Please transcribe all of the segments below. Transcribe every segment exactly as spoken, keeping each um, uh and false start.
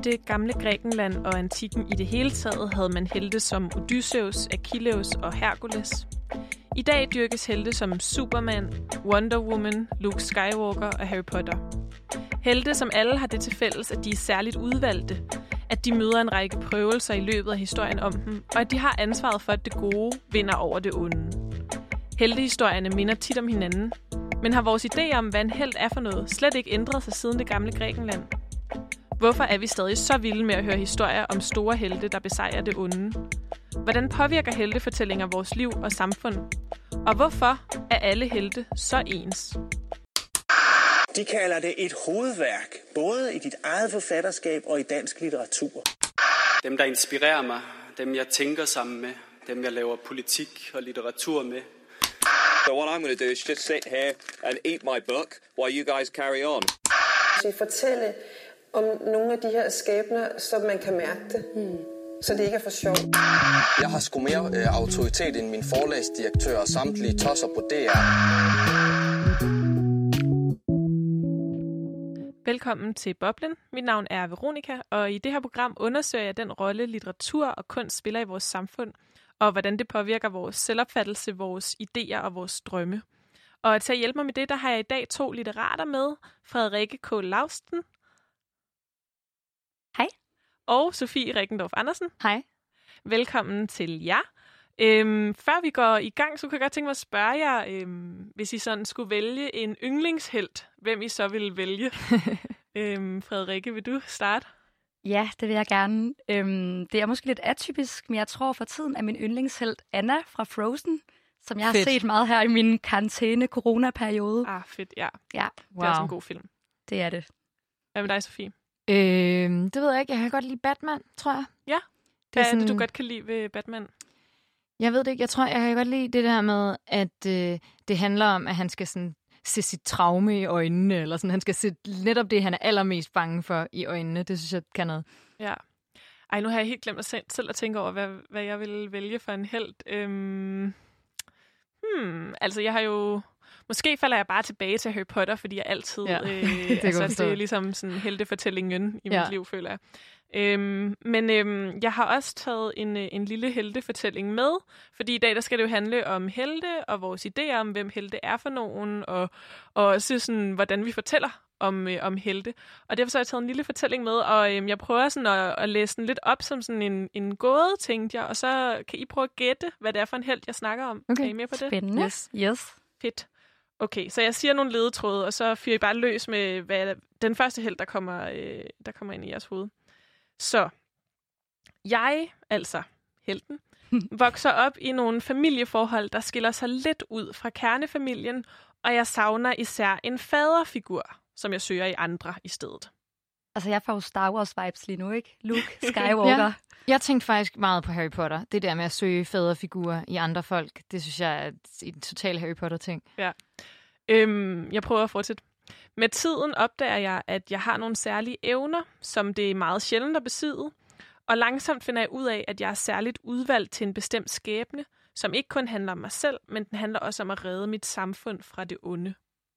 det gamle Grækenland og antikken i det hele taget havde man helte som Odysseus, Achilleus og Herkules. I dag dyrkes helte som Superman, Wonder Woman, Luke Skywalker og Harry Potter. Helte, som alle har det til fælles, at de er særligt udvalgte, at de møder en række prøvelser i løbet af historien om dem, og at de har ansvaret for, at det gode vinder over det onde. Heltehistorierne minder tit om hinanden, men har vores idé om, hvad en helt er for noget, slet ikke ændret sig siden det gamle Grækenland? Hvorfor er vi stadig så vilde med at høre historier om store helte, der besejrer det onde? Hvordan påvirker heltefortællinger vores liv og samfund? Og hvorfor er alle helte så ens? De kalder det et hovedværk, både i dit eget forfatterskab og i dansk litteratur. Dem, der inspirerer mig, dem jeg tænker sammen med, dem jeg laver politik og litteratur med. So what I'm going to do is just sit here and eat my book while you guys carry on. Vi fortælle om nogle af de her skæbner, så man kan mærke det. Hmm. Så det ikke er for sjov. Jeg har sgu mere øh, autoritet end min forlagsdirektør og samtlige tosser på D R. Velkommen til Boblen. Mit navn er Veronica, og i det her program undersøger jeg den rolle, litteratur og kunst spiller i vores samfund, og hvordan det påvirker vores selvopfattelse, vores idéer og vores drømme. Og til at hjælpe mig med det, der har jeg i dag to litterater med. Frederikke K. Lausten. Hej. Og Sofie Reckendorf Andersen. Hej. Velkommen til jer. Øhm, før vi går i gang, så kunne jeg godt tænke mig at spørge jer, øhm, hvis I sådan skulle vælge en yndlingshelt, hvem I så ville vælge. øhm, Frederikke, vil du starte? Ja, det vil jeg gerne. Øhm, det er måske lidt atypisk, men jeg tror for tiden, at min yndlingshelt Anna fra Frozen, som jeg fedt. har set meget her i min karantæne-corona-periode. Ah, fedt, ja. Ja. Wow. Det er også en god film. Det er det. Hvad med dig, Sofie? Øhm, det ved jeg ikke. Jeg kan godt lide Batman, tror jeg. Ja. Hvad er, sådan... er det, du godt kan lide ved Batman? Jeg ved det ikke. Jeg tror, jeg kan godt lide det der med, at øh, det handler om, at han skal sådan se sit traume i øjnene, eller sådan. Han skal se netop det, han er allermest bange for i øjnene. Det synes jeg kan noget. Ja. Ej, nu har jeg helt glemt at selv at tænke over, hvad, hvad jeg vil vælge for en helt. Øhm... Hmm, altså jeg har jo... Måske falder jeg bare tilbage til Harry Potter, fordi jeg altid... Ja, øh, det, altså, det er ligesom sådan heltefortællingen i ja. mit liv, føler jeg. Øhm, men øhm, jeg har også taget en, en lille heltefortælling med, fordi i dag der skal det jo handle om helte og vores idéer om, hvem helte er for nogen, og, og også sådan, hvordan vi fortæller om, øh, om helte. Og derfor så har jeg taget en lille fortælling med, og øh, jeg prøver sådan at, at læse den lidt op som sådan en, en gåde, tænkte jeg, og så kan I prøve at gætte, hvad det er for en helt, jeg snakker om. Okay. Er I med på det? Spændende. Yes. yes. Fedt. Okay, så jeg siger nogle ledetråde, og så fyrer I bare løs med hvad, den første helt, der kommer, øh, der kommer ind i jeres hoved. Så jeg, altså helten, vokser op i nogle familieforhold, der skiller sig lidt ud fra kernefamilien, og jeg savner især en faderfigur, som jeg søger i andre i stedet. Altså, jeg får jo Star Wars-vibes lige nu, ikke? Luke Skywalker. Ja. Jeg tænkte faktisk meget på Harry Potter. Det der med at søge faderfigurer i andre folk, det synes jeg er en total Harry Potter-ting. Ja. Øhm, jeg prøver at fortsætte. Med tiden opdager jeg, at jeg har nogle særlige evner, som det er meget sjældent at besidde, og langsomt finder jeg ud af, at jeg er særligt udvalgt til en bestemt skæbne, som ikke kun handler om mig selv, men den handler også om at redde mit samfund fra det onde.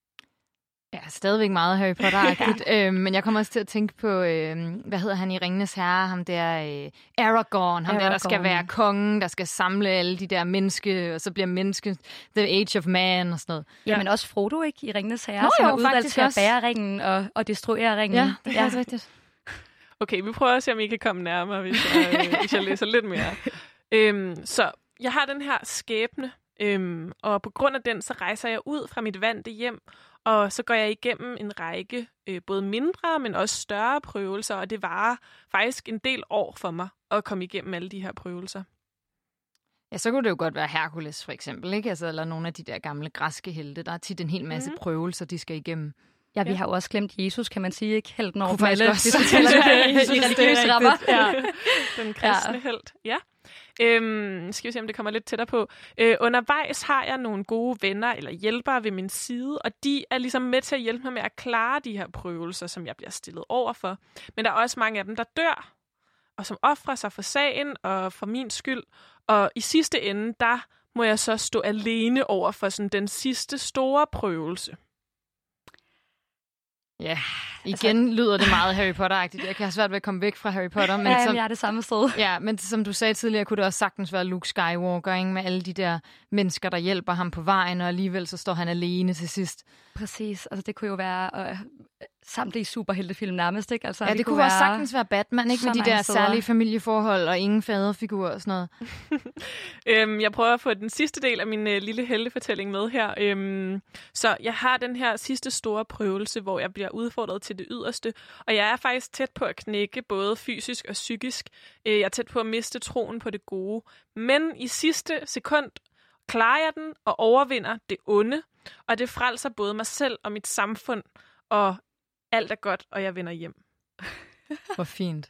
Ja, stadigvæk meget Harry Potter-agtigt, ja. øh, men jeg kommer også til at tænke på, øh, hvad hedder han i Ringenes Herre, ham der øh, Aragorn, ham Aragorn. der, der skal være kongen, der skal samle alle de der menneske, og så bliver menneske the age of man og sådan noget. Ja, ja. Men også Frodo, ikke, i Ringenes Herre, Nå, som jo, er udvalgt til at bære ringen og, og destruere ringen. Ja, det er ja. rigtigt. Okay, vi prøver at se, om I kan komme nærmere, hvis jeg, øh, hvis jeg læser lidt mere. Øhm, så jeg har den her skæbne, øhm, og på grund af den, så rejser jeg ud fra mit vante hjem, og så går jeg igennem en række øh, både mindre, men også større prøvelser, og det varer faktisk en del år for mig at komme igennem alle de her prøvelser. Ja, så kunne det jo godt være Herkules for eksempel, ikke? Altså, eller nogle af de der gamle græske helte. Der er tit en hel masse mm. prøvelser, de skal igennem. Ja, vi ja. har jo også glemt Jesus, kan man sige, ikke? Helten over for alle. Hvis vi taler i religiøse rammer. Ja. Den kristne ja. helt. Ja. Øhm, skal vi se, om det kommer lidt tættere på. Øh, undervejs har jeg nogle gode venner eller hjælpere ved min side, og de er ligesom med til at hjælpe mig med at klare de her prøvelser, som jeg bliver stillet over for. Men der er også mange af dem, der dør, og som offrer sig for sagen og for min skyld. Og i sidste ende, der må jeg så stå alene over for sådan den sidste store prøvelse. Ja, Igen altså, lyder det meget Harry Potter-agtigt. Jeg kan have svært ved at komme væk fra Harry Potter. Men ja, som, jeg er det samme sted. Ja, men som du sagde tidligere, kunne det også sagtens være Luke Skywalker, ikke? Med alle de der mennesker, der hjælper ham på vejen, og alligevel så står han alene til sidst. Præcis. Altså, det kunne jo være øh, samtlige superheltefilm nærmest, ikke? Altså, ja, det, det kunne være sagtens være Batman, ikke? Med de der steder. Særlige familieforhold og ingen faderfigur og sådan noget. øhm, jeg prøver at få den sidste del af min øh, lille heltefortælling med her. Øhm, så jeg har den her sidste store prøvelse, hvor jeg bliver udfordret til det yderste. Og jeg er faktisk tæt på at knække, både fysisk og psykisk. Øh, jeg er tæt på at miste troen på det gode. Men i sidste sekund klarer jeg den og overvinder det onde. Og det frelser både mig selv og mit samfund. Og alt er godt, og jeg vender hjem. Hvor fint.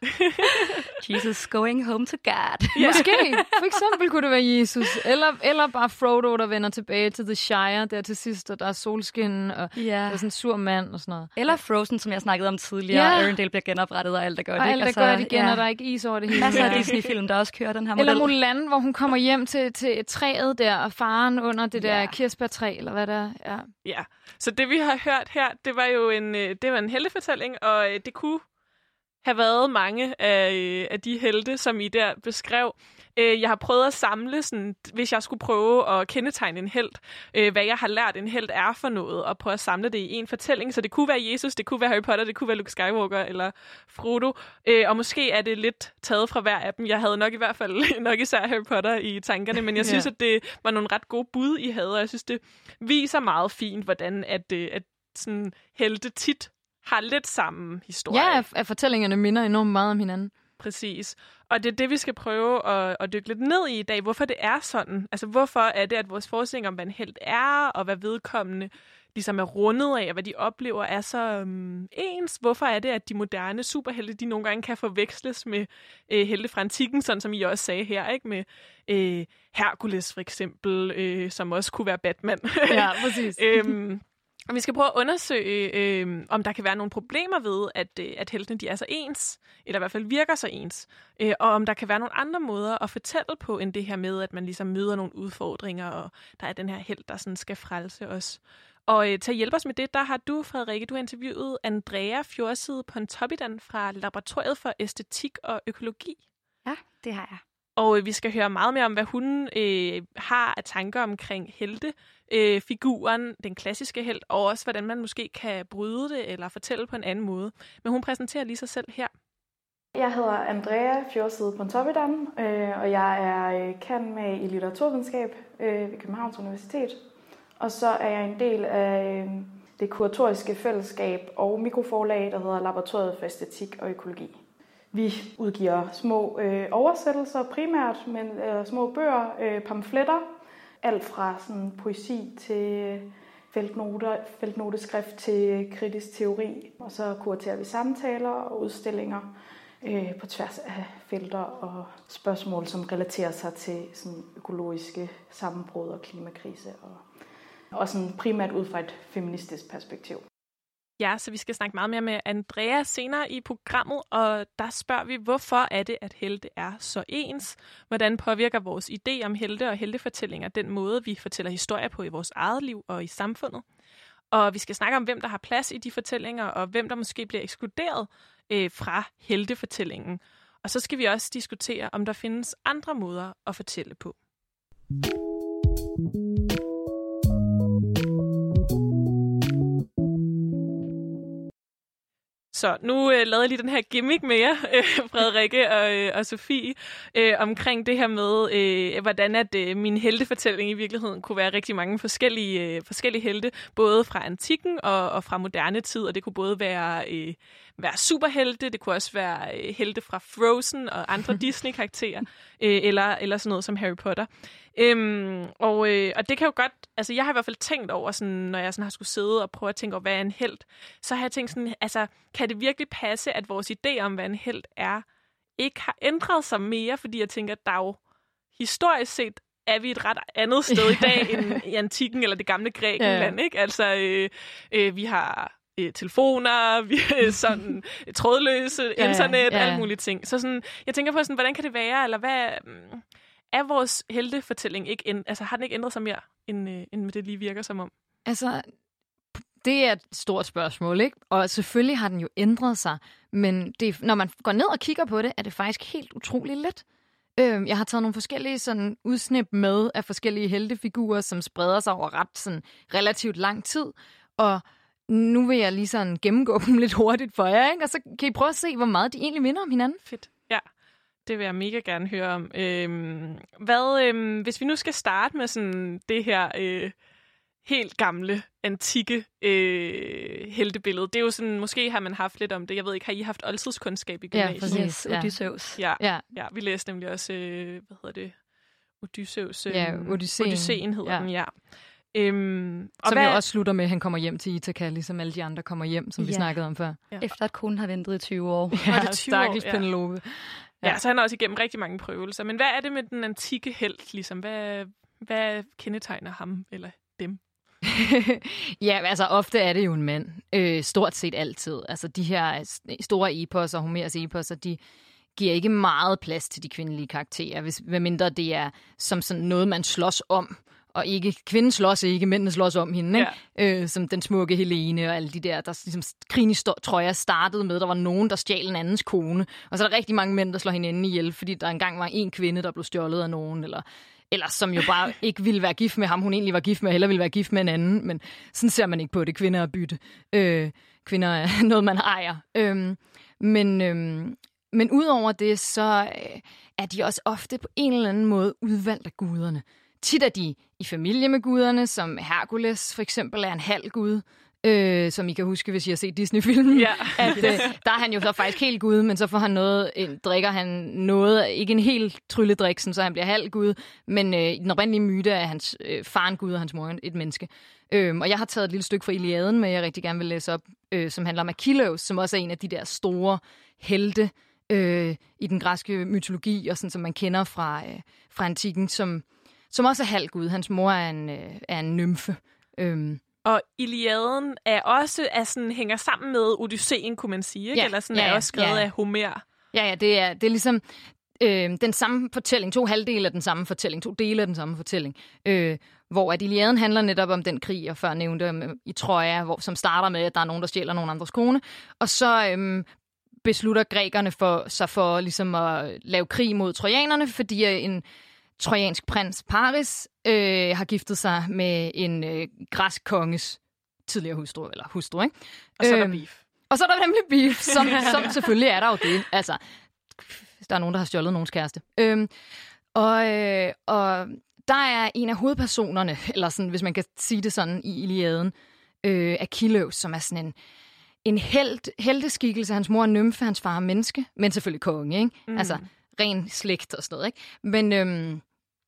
Jesus going home to God. Ja. Måske. For eksempel kunne det være Jesus. Eller, eller bare Frodo, der vender tilbage til The Shire der til sidst, og der er solskin, og ja. Der er sådan en sur mand og sådan noget. Eller Frozen, som jeg snakkede om tidligere. Ja. Arendelle bliver genoprettet, og alt er godt. Og alt er altså, godt igen, ja. Og der er ikke is over det hele. Masser af Disney-film, der også kører den her model. Eller Mulan, hvor hun kommer hjem til, til træet der, og faren under det der ja. kirsebærtræ, eller hvad der er. Ja. Ja, så det vi har hørt her, det var jo en, det var en heltefortælling, og det kunne have været mange af, af de helte, som I der beskrev. Jeg har prøvet at samle, sådan, hvis jeg skulle prøve at kendetegne en helt, hvad jeg har lært en helt er for noget, og prøve at samle det i en fortælling. Så det kunne være Jesus, det kunne være Harry Potter, det kunne være Luke Skywalker eller Frodo. Og måske er det lidt taget fra hver af dem. Jeg havde nok i hvert fald nok især Harry Potter i tankerne, men jeg synes, ja. at det var nogle ret gode bud, I havde, og jeg synes, det viser meget fint, hvordan at, at sådan helte tit har lidt samme historie. Ja, at fortællingerne minder enormt meget om hinanden. Præcis. Og det er det, vi skal prøve at, at dykke lidt ned i i dag. Hvorfor det er sådan. Altså, hvorfor er det, at vores forestilling om, hvad en helt er, og hvad vedkommende ligesom er rundet af, og hvad de oplever, er så um, ens? Hvorfor er det, at de moderne superhelte, de nogle gange kan forveksles med øh, helte fra antikken, sådan som I også sagde her, ikke? Med øh, Hercules for eksempel, øh, som også kunne være Batman. Ja, præcis. øhm, Og vi skal prøve at undersøge, øh, om der kan være nogle problemer ved, at, øh, at heltene de er så ens, eller i hvert fald virker så ens, øh, og om der kan være nogle andre måder at fortælle på, end det her med, at man ligesom møder nogle udfordringer, og der er den her helt, der sådan skal frelse os. Og øh, til at hjælpe os med det, der har du, Frederikke, du har interviewet Andrea Fjordside Pontoppidan fra Laboratoriet for Æstetik og Økologi. Ja, det har jeg. Og øh, vi skal høre meget mere om, hvad hun øh, har af tanker omkring helte, øh, figuren, den klassiske helt, og også hvordan man måske kan bryde det eller fortælle på en anden måde. Men hun præsenterer lige sig selv her. Jeg hedder Andrea Fjordside Pontoppidan, øh, og jeg er øh, kan med i litteraturvidenskab øh, ved Københavns Universitet. Og så er jeg en del af øh, det kuratoriske fællesskab og mikroforlag, der hedder Laboratoriet for Æstetik og Økologi. Vi udgiver små øh, oversættelser primært, men øh, små bøger, øh, pamfletter, alt fra sådan, poesi til feltnoter, feltnoteskrift til kritisk teori. Og så kuraterer vi samtaler og udstillinger øh, på tværs af felter og spørgsmål, som relaterer sig til sådan, økologiske sammenbrud og klimakrise. Og, og sådan, primært ud fra et feministisk perspektiv. Ja, så vi skal snakke meget mere med Andrea senere i programmet, og der spørger vi, hvorfor er det, at helte er så ens? Hvordan påvirker vores idé om helte og heltefortællinger den måde, vi fortæller historier på i vores eget liv og i samfundet? Og vi skal snakke om, hvem der har plads i de fortællinger, og hvem der måske bliver ekskluderet øh, fra heltefortællingen. Og så skal vi også diskutere, om der findes andre måder at fortælle på. Så nu øh, lavede jeg lige den her gimmick med jer, øh, Frederikke og, øh, og Sofie, øh, omkring det her med, øh, hvordan at øh, min heltefortælling i virkeligheden kunne være rigtig mange forskellige, øh, forskellige helte, både fra antikken og, og fra moderne tid, og det kunne både være, øh, være superhelte, det kunne også være øh, helte fra Frozen og andre Disney-karakterer, øh, eller, eller sådan noget som Harry Potter. Øhm, og, øh, og det kan jo godt, altså jeg har i hvert fald tænkt over, sådan, når jeg sådan har skulle sidde og prøve at tænke over, hvad er en helt, så har jeg tænkt sådan, altså kan det virkelig passe, at vores idé om, hvad en helt er, ikke har ændret sig mere, fordi jeg tænker, at der jo historisk set er vi et ret andet sted i dag end i antikken eller det gamle Grækenland, ja. Ikke? Altså øh, øh, vi har øh, telefoner, vi er sådan trådløse, ja, internet, ja. Alle mulige ting. Så sådan, jeg tænker på sådan, hvordan kan det være, eller hvad er vores heltefortælling ikke, altså har den ikke ændret sig mere, end, øh, end det lige virker som om? Altså, det er et stort spørgsmål, ikke? Og selvfølgelig har den jo ændret sig, men det, når man går ned og kigger på det, er det faktisk helt utroligt lidt. Øh, jeg har taget nogle forskellige sådan, udsnip med af forskellige heltefigurer, som spreder sig over ret sådan, relativt lang tid, og nu vil jeg lige sådan gennemgå dem lidt hurtigt for jer, ikke? Og så kan I prøve at se, hvor meget de egentlig minder om hinanden. Fedt. Ja, det vil jeg mega gerne høre om. Øhm, hvad, øhm, hvis vi nu skal starte med sådan det her øh, helt gamle, antikke øh, heltebillede. Det er jo sådan, måske har man haft lidt om det. Jeg ved ikke, har I haft oldtidskundskab i gymnasiet? Ja, præcis. Ja. Odysseus. Ja, ja. ja, vi læste nemlig også, øh, hvad hedder det? Odysseus. Øh, ja, Odysseen. Odysseen hedder ja. den, ja. Øhm, og som hvad... jo også slutter med, at han kommer hjem til Ithaka, ligesom alle de andre kommer hjem, som ja. vi snakkede om før. Ja. Efter at konen har ventet i tyve år. Ja, det stakkels ja. Penelope. Ja. ja, så han er også igennem rigtig mange prøvelser. Men hvad er det med den antikke helt, ligesom? Hvad, hvad kendetegner ham eller dem? Ja, altså ofte er det jo en mand. Øh, stort set altid. Altså de her store eposser, Homers eposser, de giver ikke meget plads til de kvindelige karakterer, hvis, mindre det er som sådan noget, man slås om. Og ikke, kvinden slås ikke, mændene slås om hende, ikke? Ja. Øh, som den smukke Helene og alle de der, der ligesom krigen i Troja startede med, der var nogen, der stjal en andens kone. Og så er der rigtig mange mænd, der slår hinanden ihjel, fordi der engang var en kvinde, der blev stjålet af nogen, eller, eller som jo bare ikke ville være gift med ham, hun egentlig var gift med, eller ville være gift med en anden. Men sådan ser man ikke på det. Kvinder er bytte. Øh, kvinder er noget, man ejer. Øh, men... Øh, men udover det, så øh, er de også ofte på en eller anden måde udvalgt af guderne. Tit er de i familie med guderne, som Herkules for eksempel er en halv gud, øh, som I kan huske, hvis I har set Disney-filmen. Ja. At, øh, der er han jo så faktisk helt gud, men så får han noget, en, drikker han noget, ikke en helt trylledrik, så han bliver halv gud, men øh, i den oprindelige myte er hans øh, far en gud og hans mor et menneske. Øh, og jeg har taget et lille stykke fra Iliaden, men jeg rigtig gerne vil læse op, øh, som handler om Achilleus, som også er en af de der store helte øh, i den græske mytologi, og sådan, som man kender fra, øh, fra antikken, som som også er halvgud. Hans mor er en, øh, er en nymfe. Øhm. Og Iliaden er også er sådan, hænger sammen med Odysseen, kunne man sige, ikke? Ja, eller sådan ja, er også skrevet ja. af Homer. Ja, ja, det er, det er ligesom øh, den samme fortælling, to halvdele af den samme fortælling, to dele af den samme fortælling, øh, hvor at Iliaden handler netop om den krig, jeg før nævnte om, i Troja, hvor, som starter med, at der er nogen, der stjæler nogen andres kone, og så øh, beslutter grækerne for, sig for ligesom at lave krig mod trojanerne, fordi en trojansk prins Paris øh, har giftet sig med en øh, græsk konges tidligere hustru, eller hustru, ikke? Og så er øh, der beef. Og så er der nemlig beef, som, som selvfølgelig er der jo det. Altså, der er nogen, der har stjålet nogens kæreste. Øh, og, øh, og der er en af hovedpersonerne, eller sådan, hvis man kan sige det sådan, i Iliaden, øh, Achilleus, som er sådan en en held, helteskikkelse. Hans mor er nymfe, hans far er menneske, men selvfølgelig konge, ikke? Mm. Altså, ren slægt og sådan noget, ikke? Men, øhm,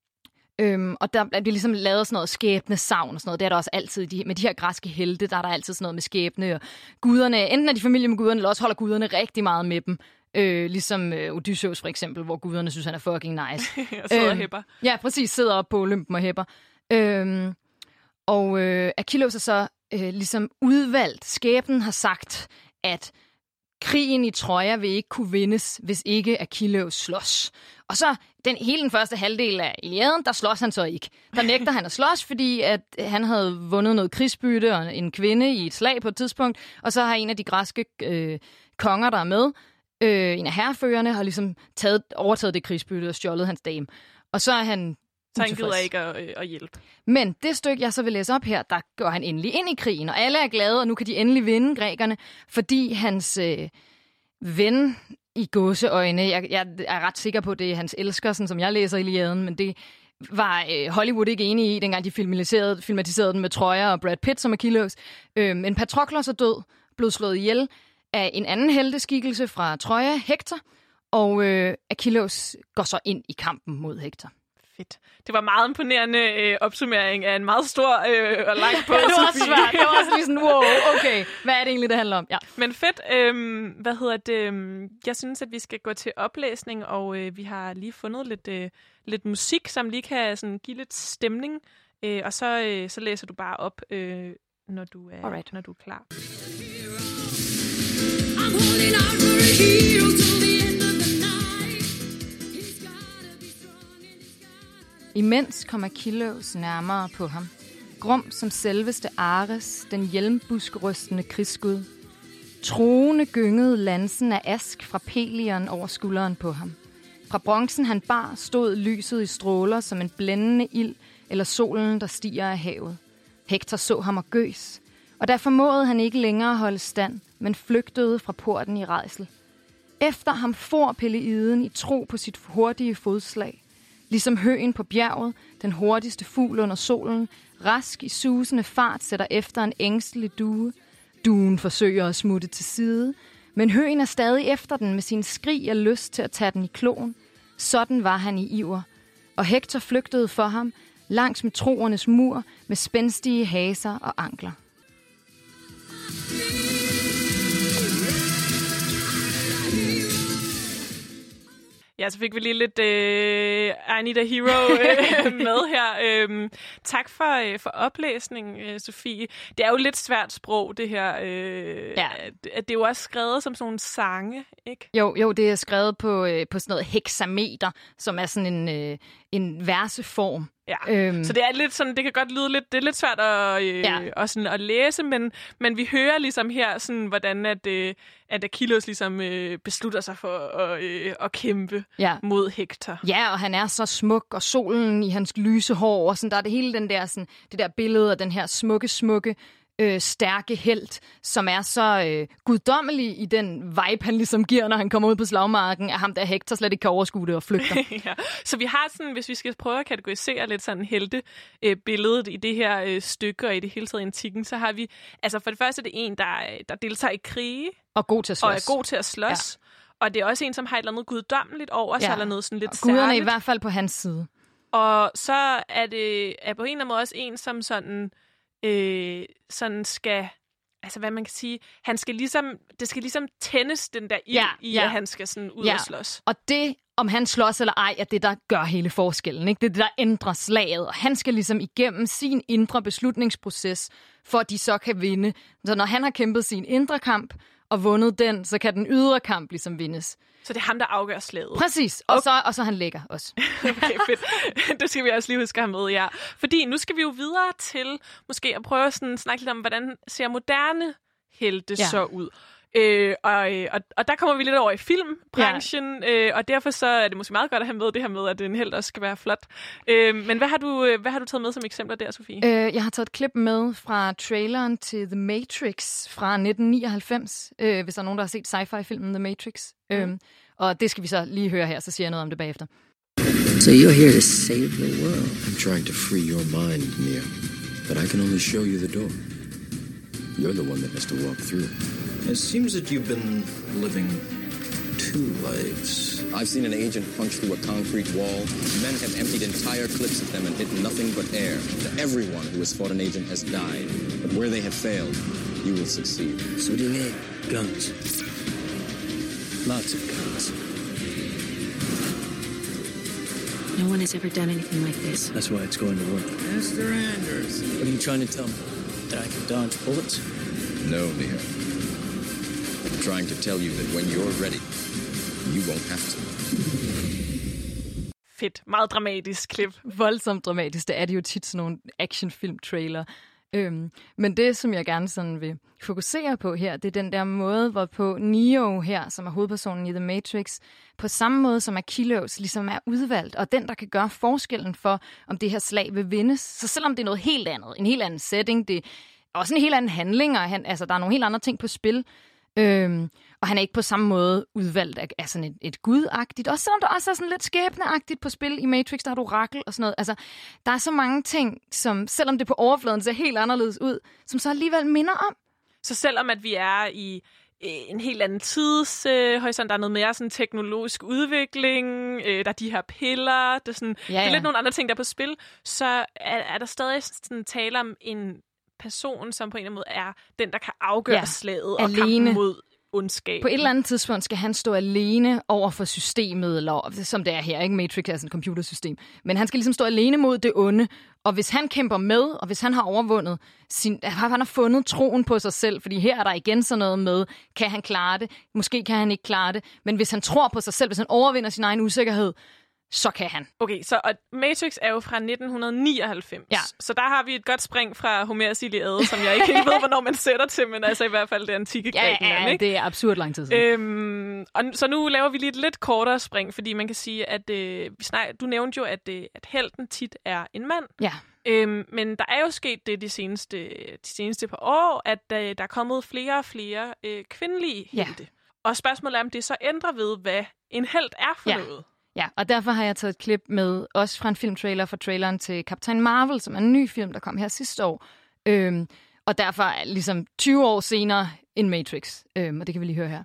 øhm, og der er det ligesom lavet sådan noget skæbnesavn og sådan noget. Det er der også altid de, med de her græske helte, der er der altid sådan noget med skæbne. Og guderne, enten er de familie med guderne, eller også holder guderne rigtig meget med dem. Øh, ligesom øh, Odysseus for eksempel, hvor guderne synes, han er fucking nice. og sidder øhm, og hæpper. Ja, præcis. Sidder op på Olympen og hæpper. Øhm, og øh, Achilleus er så øh, ligesom udvalgt. Skæbnen har sagt, at krigen i Troja vil ikke kunne vindes, hvis ikke Achilleus slås. Og så den, hele den første halvdel af Iliaden, der slås han så ikke. Der nægter han at slås, fordi at han havde vundet noget krigsbytte og en kvinde i et slag på et tidspunkt. Og så har en af de græske øh, konger, der er med, øh, en af herreførerne, har ligesom taget, overtaget det krigsbytte og stjålet hans dame. Og så er han Så han gider ikke at, øh, at hjælpe. Men det stykke, jeg så vil læse op her, der går han endelig ind i krigen, og alle er glade, og nu kan de endelig vinde grækerne, fordi hans øh, ven i gåseøjne, jeg, jeg er ret sikker på, det er hans elsker, sådan som jeg læser Iliaden, men det var øh, Hollywood ikke enige i, dengang de filmatiserede, filmatiserede den med Troja og Brad Pitt som Achilleus. Øh, men Patroklos er død, blev slået ihjel af en anden helteskikkelse fra Troja, Hektor, og øh, Achilleus går så ind i kampen mod Hektor. Fedt. Det var meget imponerende øh, opsummering af en meget stor øh, og lang båd. Ja, det var også svært. Det var også lige sådan, wow, okay, hvad er det egentlig, det handler om? Ja. Men fedt. Øh, hvad hedder det? Jeg synes, at vi skal gå til oplæsning, og øh, vi har lige fundet lidt, øh, lidt musik, som lige kan sådan, give lidt stemning. Øh, og så, øh, så læser du bare op, øh, når, du er, Alright. når du er klar. I'm holding out for a hero till the end of the night. Imens kom Achilleus nærmere på ham. grum som selveste Ares, den hjelmbuskrystende krigsgud. Troende gyngede lansen af ask fra Pelion over skulderen på ham. Fra bronzen han bar stod lyset i stråler som en blændende ild eller solen, der stiger af havet. Hektor så ham og gøs, og der formåede han ikke længere at holde stand, men flygtede fra porten i rædsel. Efter ham for Peleiden i tro på sit hurtige fodslag. Ligesom høen på bjerget, den hurtigste fugl under solen, rask i susende fart sætter efter en ængstelig due. Duen forsøger at smutte til side, men høen er stadig efter den med sin skrig af lyst til at tage den i kloen. Sådan var han i iver, og Hektor flygtede for ham langs med troernes mur med spændstige haser og ankler. Ja, så fik vi lige lidt øh, I Need a Hero øh, med her. Øhm, tak for, øh, for oplæsningen, øh, Sofie. Det er jo lidt svært sprog, det her. Øh, ja. at, at det er jo også skrevet som sådan nogle sange, ikke? Jo, jo, det er skrevet på, øh, på sådan noget hexameter, som er sådan en, øh, en verseform. Ja, øhm. så det er lidt sådan, det kan godt lyde lidt, det er lidt svært at, øh, ja. at, sådan, at læse, men, men vi hører ligesom her, sådan, hvordan at, øh, at Achilles ligesom øh, beslutter sig for at, øh, at kæmpe ja. mod Hektor. Ja, og han er så smuk, og solen i hans lyse hår, og sådan, der er det hele den der, sådan, det der billede af den her smukke, smukke, Øh, stærke helt, som er så øh, guddommelig i den vibe, han ligesom giver, når han kommer ud på slagmarken, at ham der Hektor slet ikke kan overskue det og flygter. Ja. Så vi har sådan, hvis vi skal prøve at kategorisere lidt sådan helte øh, billedet i det her øh, stykke og i det hele taget antikken, så har vi, altså for det første det er en, der, der deltager i krige. Og god til at slås. Og er god til at slås. Ja. Og det er også en, som har et eller andet guddommeligt over sig, ja. eller noget sådan lidt og guderne særligt. i hvert fald på hans side. Og så er det er på en eller anden måde også en, som sådan Øh, sådan skal, altså hvad man kan sige, han skal ligesom, det skal ligesom tændes den der ild ja, i, ja. at han skal sådan ud ja. og slås. Og det, om han slås eller ej, er det, der gør hele forskellen. Ikke? Det er det, der ændrer slaget. Og han skal ligesom igennem sin indre beslutningsproces, for at de så kan vinde. Så når han har kæmpet sin indre kamp og vundet den, så kan den ydre kamp ligesom vindes. Så det er ham, der afgør slaget. Præcis. Og, okay. så, og så han lækker også. Okay, fedt. Det skal vi også lige huske at have med, ja. Fordi nu skal vi jo videre til måske at prøve at snakke lidt om, hvordan ser moderne helte ja. så ud. Øh, og, og, og der kommer vi lidt over i filmbranchen, ja. øh, og derfor så er det måske meget godt at have med det her med, at en helt også skal være flot. Øh, men hvad har, du, hvad har du taget med som eksempler der, Sofie? Øh, jeg har taget et klip med fra traileren til The Matrix fra nitten nioghalvfems, øh, hvis der er nogen, der har set sci-fi-filmen The Matrix. Mm. Øh, og det skal vi så lige høre her, så siger jeg noget om det bagefter. So you're here to save the world. I'm trying to free your mind, Mia, but I can only show you the door. You're the one that has to walk through. It seems that you've been living two lives. I've seen an agent punch through a concrete wall. Men have emptied entire clips of them and hit nothing but air. Everyone who has fought an agent has died. But where they have failed, you will succeed. So what do you need? Guns. Lots of guns. No one has ever done anything like this. That's why it's going to work. Mister Anders. What are you trying to tell me? That I can dodge bullets? No, Mia. I'm trying to tell you that when you're ready, you won't have to. Fedt. Meget dramatisk klip. Voldsomt dramatisk. Det er det jo tit sådan nogle actionfilm-trailer. Øhm, men det, som jeg gerne sådan vil fokusere på her, det er den der måde, hvorpå Neo her, som er hovedpersonen i The Matrix, på samme måde som Achilles, ligesom er udvalgt, og den, der kan gøre forskellen for, om det her slag vil vindes. Så selvom det er noget helt andet, en helt anden setting, det er også en helt anden handling, og han, altså, der er nogle helt andre ting på spil, øhm, og han er ikke på samme måde udvalgt af, af sådan et, et gudagtigt, også selvom der også er sådan lidt skæbneagtigt på spil i Matrix, der har du orakel og sådan noget. Altså, der er så mange ting, som selvom det på overfladen ser helt anderledes ud, som så alligevel minder om. Så selvom at vi er i en helt anden tidshorisont, øh, der er noget mere sådan teknologisk udvikling, øh, der er de her piller, det er, sådan, ja, ja. det er lidt nogle andre ting, der er på spil, så er, er der stadig sådan tale om en person, som på en eller anden måde er den, der kan afgøre ja, slaget og kampen mod ondskab. På et eller andet tidspunkt skal han stå alene over for systemet, eller, som det er her, ikke? Matrix er sådan et computersystem. Men han skal ligesom stå alene mod det onde, og hvis han kæmper med, og hvis han har overvundet, sin, han har fundet troen på sig selv, fordi her er der igen sådan noget med, kan han klare det? Måske kan han ikke klare det, men hvis han tror på sig selv, hvis han overvinder sin egen usikkerhed, så kan han. Okay, så og Matrix er jo fra nitten nioghalvfems. Ja. Så der har vi et godt spring fra Homers Iliade, som jeg ikke helt ved, hvornår man sætter til, men altså i hvert fald det antikke Grækenland. Ja, ja, ikke? det er absurd lang tid siden. Øhm, og, så nu laver vi lige et lidt kortere spring, fordi man kan sige, at øh, vi snak, du nævnte jo, at, øh, at helten tit er en mand. Ja. Øhm, men der er jo sket det de seneste, de seneste par år, at øh, der er kommet flere og flere øh, kvindelige helte. Ja. Og spørgsmålet er, om det så ændrer ved, hvad en helt er for ja. noget. Ja, og derfor har jeg taget et klip med, også fra en filmtrailer fra traileren til Captain Marvel, som er en ny film, der kom her sidste år. Øhm, og derfor er ligesom tyve år senere en Matrix. Øhm, og det kan vi lige høre her.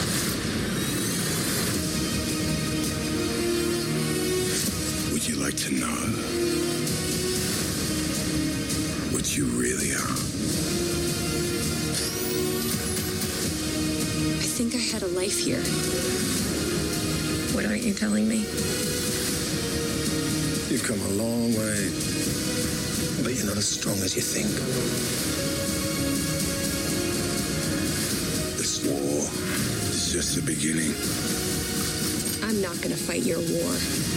Would you like to know what you really are? I think I had a life here. What aren't you telling me? You've come a long way, but you're not as strong as you think. This war is just the beginning. I'm not gonna fight your war.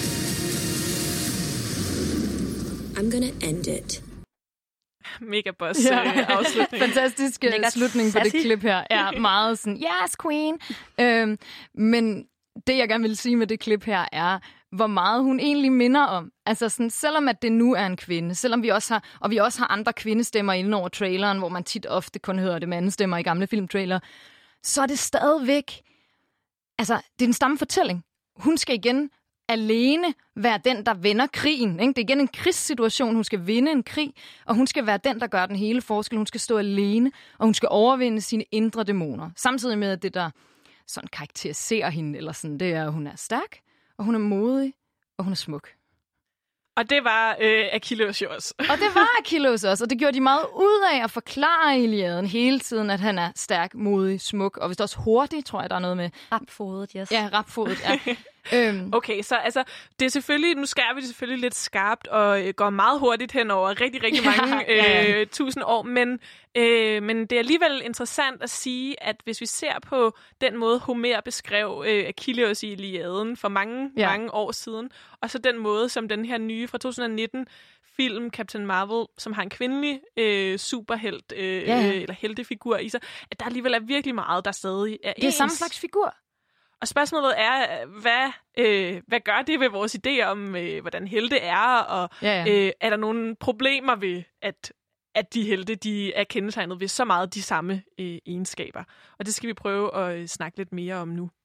I'm gonna end it. Mega boss ja. øh, afslutning. Fantastisk slutning på det klip her. Ja, meget sådan, yes, queen. Øhm, men det, jeg gerne vil sige med det klip her, er, hvor meget hun egentlig minder om. Altså sådan, selvom at det nu er en kvinde, selvom vi også har, og vi også har andre kvindestemmer inden over traileren, hvor man tit ofte kun hører det mandestemmer i gamle filmtrailer, så er det stadigvæk, altså, det er den samme fortælling. Hun skal igen alene være den, der vinder krigen. Ikke? Det er igen en krigssituation. Hun skal vinde en krig, og hun skal være den, der gør den hele forskel. Hun skal stå alene, og hun skal overvinde sine indre dæmoner. Samtidig med, at det, der sådan karakteriserer hende, eller sådan, det er, at hun er stærk, og hun er modig, og hun er smuk. Og det var øh, Achilles jo også. Og det var Achilles også, og det gjorde de meget ud af at forklare i Iliaden hele tiden, at han er stærk, modig, smuk, og vist også hurtig, tror jeg, der er noget med. Rapfodet, yes. Ja, rapfodet, ja. øhm. Okay, så altså, det er selvfølgelig, nu skærer vi det selvfølgelig lidt skarpt, og øh, går meget hurtigt hen over rigtig, rigtig mange ja, ja, ja. Øh, tusind år, men, øh, men det er alligevel interessant at sige, at hvis vi ser på den måde, Homer beskrev øh, Achilles i Iliaden for mange, ja. mange år siden, og så den måde, som den her nye fra to tusind nitten film Captain Marvel, som har en kvindelig øh, superhelt øh, ja. øh, eller heltefigur i sig, at der alligevel er virkelig meget, der stadig er ens. Det er samme slags figur. Og spørgsmålet er, hvad, øh, hvad gør det ved vores idé om, øh, hvordan helte er, og ja, ja. Øh, er der nogle problemer ved, at, at de helte de er kendetegnet ved så meget de samme øh, egenskaber? Og det skal vi prøve at øh, snakke lidt mere om nu.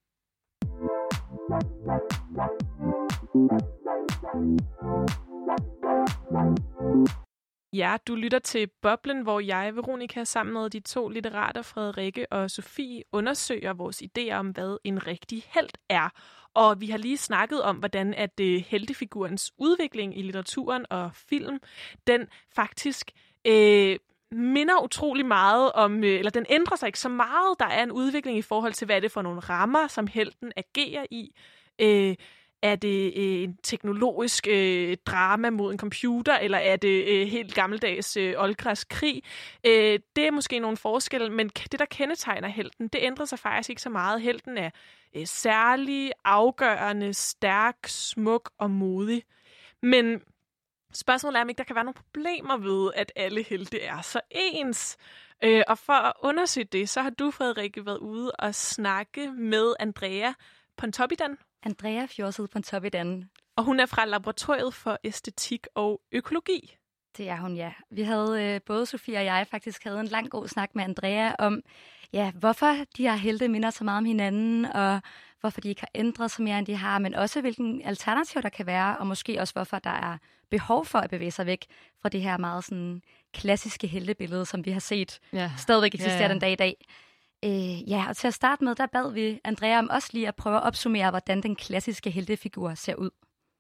Ja, du lytter til Boblen, hvor jeg, Veronica, sammen med de to litterater, Frederikke og Sofie, undersøger vores idéer om, hvad en rigtig helt er. Og vi har lige snakket om, hvordan at uh, heltefigurens udvikling i litteraturen og film, den faktisk øh, minder utrolig meget om, øh, eller den ændrer sig ikke så meget. Der er en udvikling i forhold til, hvad det er for nogle rammer, som helten agerer i. Øh, Er det øh, en teknologisk øh, drama mod en computer, eller er det øh, helt gammeldags øh, oldgræsk krig? Øh, det er måske nogle forskelle, men det, der kendetegner helten, det ændrer sig faktisk ikke så meget. Helten er øh, særlig, afgørende, stærk, smuk og modig. Men spørgsmålet er, om ikke der kan være nogle problemer ved, at alle helte er så ens. Øh, og for at undersøge det, så har du, Frederikke, været ude og snakke med Andrea Pontoppidan. Andrea Fjordsted Pontoppidan. Og hun er fra Laboratoriet for Æstetik og Økologi. Det er hun, ja. Vi havde, øh, både Sofie og jeg faktisk havde en lang god snak med Andrea om, ja, hvorfor de her helte minder så meget om hinanden, og hvorfor de ikke har ændret sig mere, end de har, men også hvilken alternativ der kan være, og måske også hvorfor der er behov for at bevæge sig væk fra det her meget sådan klassiske heltebillede, som vi har set ja. stadigvæk eksisterer ja, ja. den dag i dag. Øh, ja, og til at starte med, der bad vi Andrea om også lige at prøve at opsummere, hvordan den klassiske heltefigur ser ud.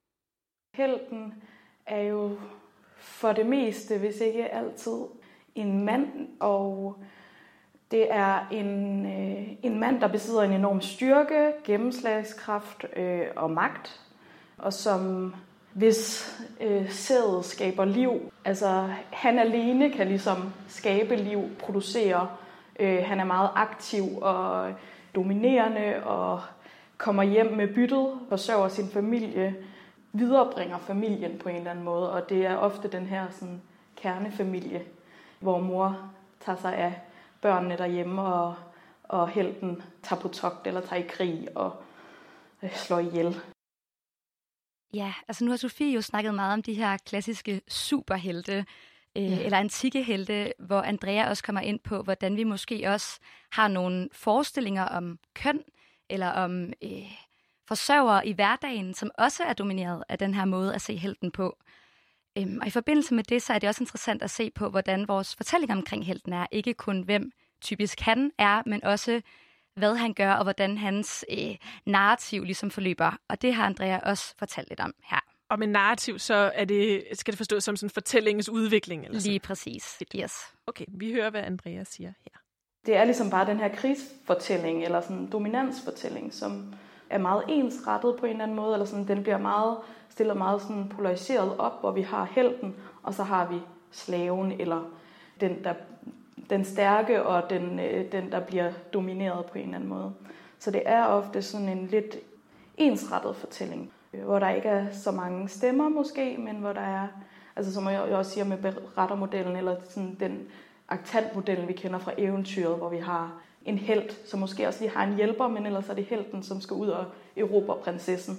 Helten er jo for det meste, hvis ikke altid, en mand, og det er en, øh, en mand, der besidder en enorm styrke, gennemslagskraft øh, og magt, og som hvis øh, sædet skaber liv. Altså, han alene kan ligesom skabe liv, producere. Øh, han er meget aktiv og dominerende og kommer hjem med byttet, forsørger sin familie. viderebringer familien på en eller anden måde, og det er ofte den her sådan, kernefamilie, hvor mor tager sig af børnene derhjemme, og, og helten tager på togt eller tager i krig og øh, slår ihjel. Ja, altså nu har Sofie jo snakket meget om de her klassiske superhelte, øh, ja. eller antikke helte, hvor Andrea også kommer ind på, hvordan vi måske også har nogle forestillinger om køn, eller om øh, forsørgere i hverdagen, som også er domineret af den her måde at se helten på. Øhm, og i forbindelse med det, så er det også interessant at se på, hvordan vores fortælling omkring helten er. Ikke kun hvem typisk han er, men også hvad han gør, og hvordan hans øh, narrativ ligesom forløber. Og det har Andrea også fortalt lidt om her. Og med narrativ, så er det, skal det forstås som sådan fortællingens udvikling? Eller Lige præcis, yes. Okay, vi hører, hvad Andrea siger her. Det er ligesom bare den her krigsfortælling, eller sådan dominansfortælling, som er meget ensrettet på en eller anden måde, eller sådan, den bliver meget, stiller meget sådan polariseret op, hvor vi har helten, og så har vi slaven, eller den, der, den stærke, og den, den, der bliver domineret på en eller anden måde. Så det er ofte sådan en lidt ensrettet fortælling, hvor der ikke er så mange stemmer måske, men hvor der er, altså som jeg også siger med berettermodellen, eller sådan den aktantmodellen, vi kender fra eventyret, hvor vi har en helt, som måske også lige har en hjælper, men ellers er det helten, som skal ud og erobre prinsessen.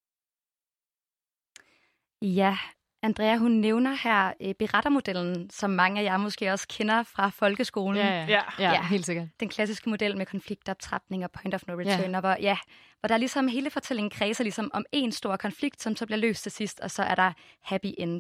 Ja, Andrea, hun nævner her eh, berettermodellen, som mange af jer måske også kender fra folkeskolen. Ja, ja, ja, ja, ja. Helt sikkert. Den klassiske model med konfliktoptrapning og point of no return, ja. Og hvor, ja, hvor der ligesom hele fortællingen kredser ligesom om en stor konflikt, som så bliver løst til sidst, og så er der happy end.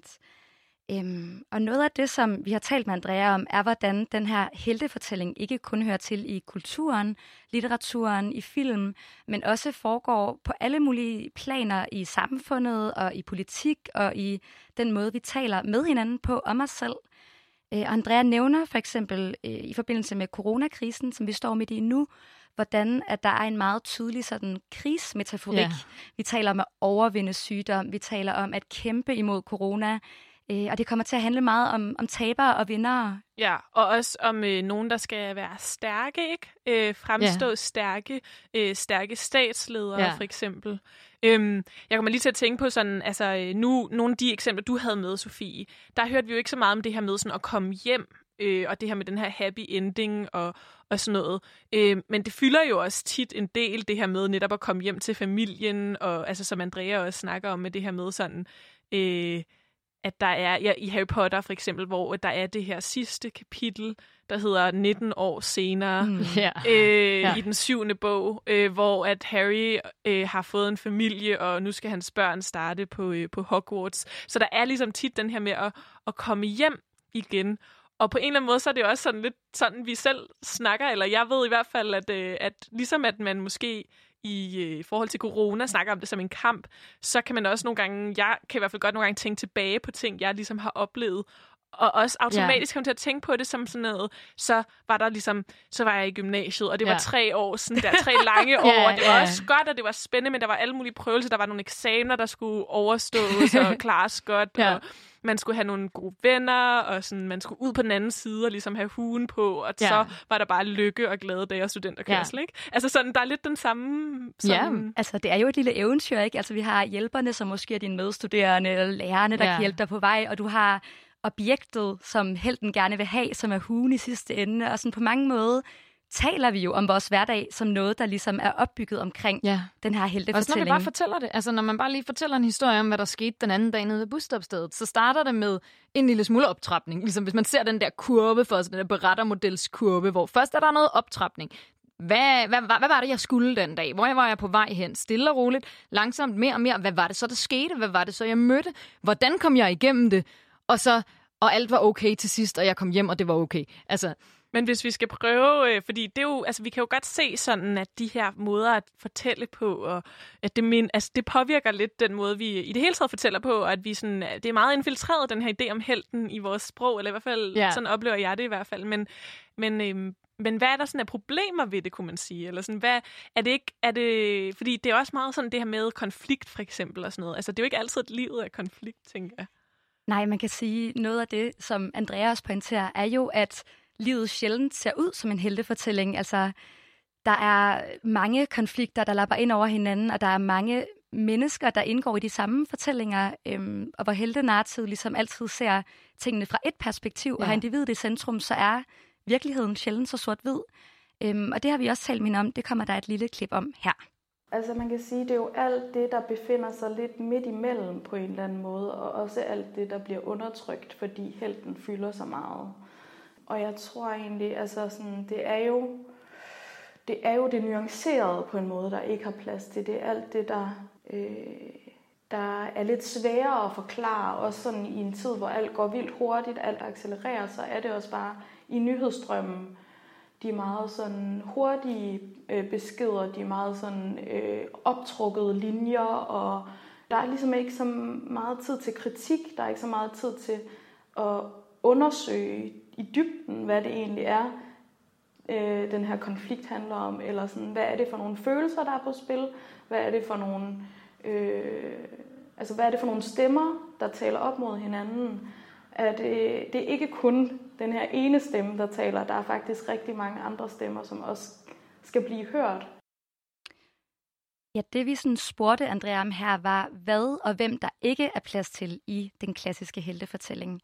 Øhm, og noget af det, som vi har talt med Andrea om, er, hvordan den her heltefortælling ikke kun hører til i kulturen, litteraturen, i film, men også foregår på alle mulige planer i samfundet og i politik og i den måde, vi taler med hinanden på om os selv. Øh, og Andrea nævner for eksempel øh, i forbindelse med coronakrisen, som vi står midt i nu, hvordan at der er en meget tydelig sådan krigsmetaforik. Yeah. Vi taler om at overvinde sygdom, vi taler om at kæmpe imod corona. Øh, og det kommer til at handle meget om, om tabere og vindere. Ja, og også om øh, nogen, der skal være stærke, ikke? Øh, fremstå ja. stærke, øh, stærke statsledere, ja. for eksempel. Øhm, jeg kommer lige til at tænke på sådan, altså nu, nogle af de eksempler, du havde med, Sofie, der hørte vi jo ikke så meget om det her med sådan at komme hjem, øh, og det her med den her happy ending og, og sådan noget. Øh, men det fylder jo også tit en del, det her med netop at komme hjem til familien, og altså som Andrea også snakker om med det her med sådan... Øh, at der er, ja, i Harry Potter for eksempel, hvor der er det her sidste kapitel, der hedder nitten år senere, mm, yeah. øh, ja. i den syvende bog, øh, hvor at Harry øh, har fået en familie, og nu skal hans børn starte på, øh, på Hogwarts. Så der er ligesom tit den her med at, at komme hjem igen. Og på en eller anden måde, så er det også sådan lidt sådan, vi selv snakker, eller jeg ved i hvert fald, at, øh, at ligesom at man måske i øh, forhold til corona snakker om det som en kamp, så kan man også nogle gange, jeg kan i hvert fald godt nogle gange tænke tilbage på ting, jeg ligesom har oplevet, og også automatisk komme til at tænke på det som sådan noget, så var der ligesom, så var jeg i gymnasiet, og det var ja. tre år, sådan der, tre lange år, ja, og det var ja. også godt, og det var spændende, men der var alle mulige prøvelser, der var nogle eksamener, der skulle overstås og klares godt, ja. og man skulle have nogle gode venner, og sådan, man skulle ud på den anden side og ligesom have huen på, og ja. så var der bare lykke og glade dage og studenterkørsel, ja. ikke? Altså sådan, der er lidt den samme... Sådan... Ja, altså det er jo et lille eventyr, ikke? Altså vi har hjælperne, som måske er dine medstuderende, eller lærerne, der ja. kan hjælpe dig på vej, og du har objektet, som helten gerne vil have, som er huen i sidste ende, og sådan på mange måder taler vi jo om vores hverdag som noget, der ligesom er opbygget omkring ja. den her heltefortælling. Også når vi bare fortæller det. Altså når man bare lige fortæller en historie om, hvad der skete den anden dag nede ved busstopstedet, så starter det med en lille smule optrapning. Ligesom hvis man ser den der kurve for os, den der berettermodelskurve, hvor først er der noget optrapning. Hvad, hvad, hvad, hvad var det, jeg skulle den dag? Hvor var jeg på vej hen? Stille og roligt, langsomt, mere og mere. Hvad var det så, der skete? Hvad var det så, jeg mødte? Hvordan kom jeg igennem det? Og så, og alt var okay til sidst, og jeg kom hjem, og det var okay. Altså... Men hvis vi skal prøve, øh, fordi det er jo, altså vi kan jo godt se sådan, at de her måder at fortælle på, og at det, men, altså, det påvirker lidt den måde, vi i det hele taget fortæller på, og at vi sådan, det er meget infiltreret, den her idé om helten i vores sprog, eller i hvert fald, ja. sådan oplever jeg det i hvert fald. Men, men, øh, men hvad er der sådan af problemer ved det, kunne man sige? Eller sådan, hvad, er det ikke, er det, fordi det er også meget sådan det her med konflikt, for eksempel, og sådan noget. Altså det er jo ikke altid, at livet er konflikt, tænker jeg. Nej, man kan sige, noget af det, som Andreas pointerer, er jo, at livet sjældent ser ud som en heltefortælling. Altså, der er mange konflikter, der lapper ind over hinanden, og der er mange mennesker, der indgår i de samme fortællinger, øhm, og hvor heltenarrativet ligesom altid ser tingene fra et perspektiv, ja. og har individet i centrum, så er virkeligheden sjældent så sort-hvid. Øhm, og det har vi også talt med om. Det kommer der et lille klip om her. Altså man kan sige, det er jo alt det, der befinder sig lidt midt imellem på en eller anden måde, og også alt det, der bliver undertrykt, fordi helten fylder så meget. Og jeg tror egentlig, altså sådan, det er jo det er jo det nuancerede på en måde, der ikke har plads til. Det er alt det, der, øh, der er lidt sværere at forklare, også sådan i en tid, hvor alt går vildt hurtigt, alt accelererer, så er det også bare i nyhedsstrømmen, de meget sådan hurtige øh, beskeder, de meget sådan øh, optrukkede linjer, og der er ligesom ikke så meget tid til kritik, der er ikke så meget tid til at undersøge i dybden, hvad det egentlig er, øh, den her konflikt handler om, eller sådan, hvad er det for nogle følelser, der er på spil, hvad er det for nogle, øh, altså hvad er det for nogle stemmer, der taler op mod hinanden. At det, det er ikke kun den her ene stemme, der taler. Der er faktisk rigtig mange andre stemmer, som også skal blive hørt. Ja, det vi sådan spurgte Andrea om her, var hvad og hvem der ikke er plads til i den klassiske heltefortælling.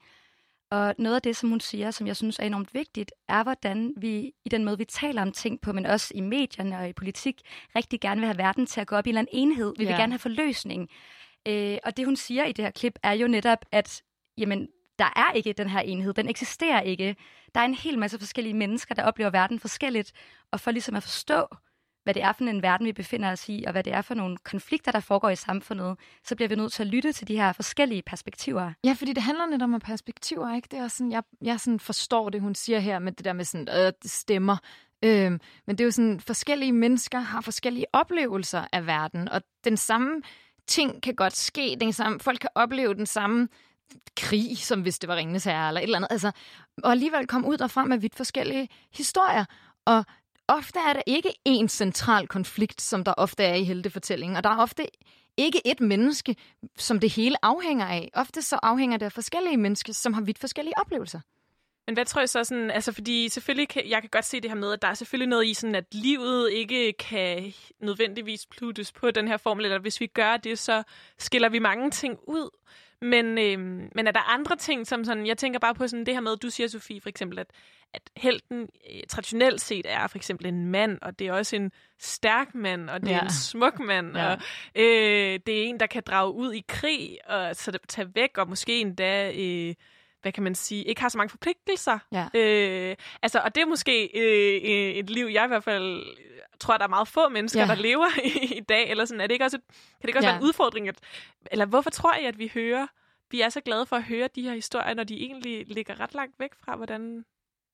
Og noget af det, som hun siger, som jeg synes er enormt vigtigt, er, hvordan vi i den måde, vi taler om ting på, men også i medierne og i politik, rigtig gerne vil have verden til at gå op i en eller anden enhed. Vi vil Ja. gerne have forløsning. Øh, og det, hun siger i det her klip, er jo netop, at jamen, der er ikke den her enhed. Den eksisterer ikke. Der er en hel masse forskellige mennesker, der oplever verden forskelligt. Og for ligesom at forstå, hvad det er for en verden, vi befinder os i, og hvad det er for nogle konflikter, der foregår i samfundet, så bliver vi nødt til at lytte til de her forskellige perspektiver. Ja, fordi det handler lidt om perspektiver, ikke? Det er sådan, jeg, jeg sådan forstår det, hun siger her, med det der med sådan, øh, stemmer. Øhm, men det er jo sådan, forskellige mennesker har forskellige oplevelser af verden, og den samme ting kan godt ske. Den samme, folk kan opleve den samme krig, som hvis det var Ringenes Herre eller et eller andet. Altså, og alligevel komme ud derfra med vidt forskellige historier. Og ofte er der ikke én central konflikt, som der ofte er i heltefortællingen. Og der er ofte ikke et menneske, som det hele afhænger af. Ofte så afhænger det af forskellige mennesker, som har vidt forskellige oplevelser. Men hvad tror jeg så sådan, altså fordi selvfølgelig kan, jeg kan godt se det her med, at der er selvfølgelig noget i sådan, at livet ikke kan nødvendigvis pluttes på den her formel, eller hvis vi gør det, så skiller vi mange ting ud. Men, øhm, men er der andre ting, som sådan, jeg tænker bare på sådan det her med, du siger, Sofie, for eksempel, at, at helten øh, traditionelt set er for eksempel en mand, og det er også en stærk mand, og det ja. er en smuk mand, ja. og øh, det er en, der kan drage ud i krig, og så tage væk, og måske endda, øh, hvad kan man sige, ikke har så mange forpligtelser. Ja. Øh, altså, og det er måske øh, et liv, jeg i hvert fald tror, der er meget få mennesker, ja. der lever i, i dag, eller sådan. Er det ikke også et, kan det ikke også ja. være en udfordring? At, eller hvorfor tror jeg, at vi hører, vi er så glade for at høre de her historier, når de egentlig ligger ret langt væk fra, hvordan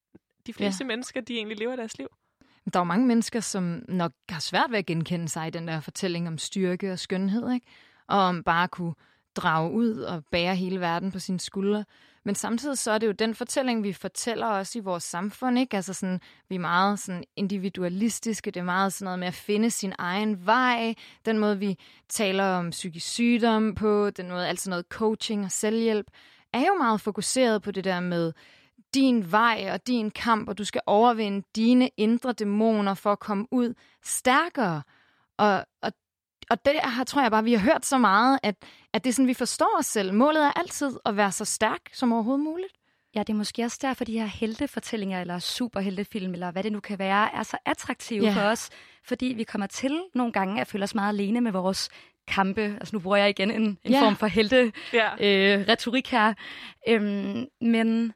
de fleste ja. mennesker, de egentlig lever deres liv? Der er jo mange mennesker, som nok har svært ved at genkende sig i den der fortælling om styrke og skønhed, ikke? Og om bare at kunne drage ud og bære hele verden på sine skuldre. Men samtidig så er det jo den fortælling, vi fortæller også i vores samfund, ikke? Altså sådan, vi er meget sådan individualistiske, det er meget sådan noget med at finde sin egen vej, den måde, vi taler om psykisk sygdom på, den måde, altså noget coaching og selvhjælp, er jo meget fokuseret på det der med din vej og din kamp, og du skal overvinde dine indre dæmoner for at komme ud stærkere. Og, og Og det her tror jeg bare, vi har hørt så meget, at, at det er sådan, vi forstår os selv. Målet er altid at være så stærk som overhovedet muligt. Ja, det er måske også derfor, de her heltefortællinger, eller superheltefilm, eller hvad det nu kan være, er så attraktive ja. for os. Fordi vi kommer til nogle gange at føle os meget alene med vores kampe. Altså nu bruger jeg igen en, en ja. form for helte-retorik ja. øh, her. Øhm, men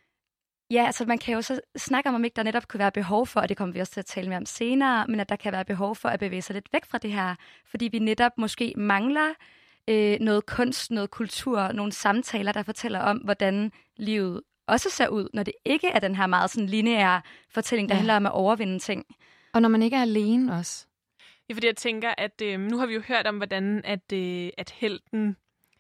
ja, altså man kan jo så snakke om, om ikke der netop kunne være behov for, og det kommer vi også til at tale mere om senere, men at der kan være behov for at bevæge sig lidt væk fra det her, fordi vi netop måske mangler øh, noget kunst, noget kultur, nogle samtaler, der fortæller om, hvordan livet også ser ud, når det ikke er den her meget sådan lineære fortælling, der ja. handler om at overvinde ting. Og når man ikke er alene også. Ja, fordi jeg tænker, at øh, nu har vi jo hørt om, hvordan at, øh, at helten,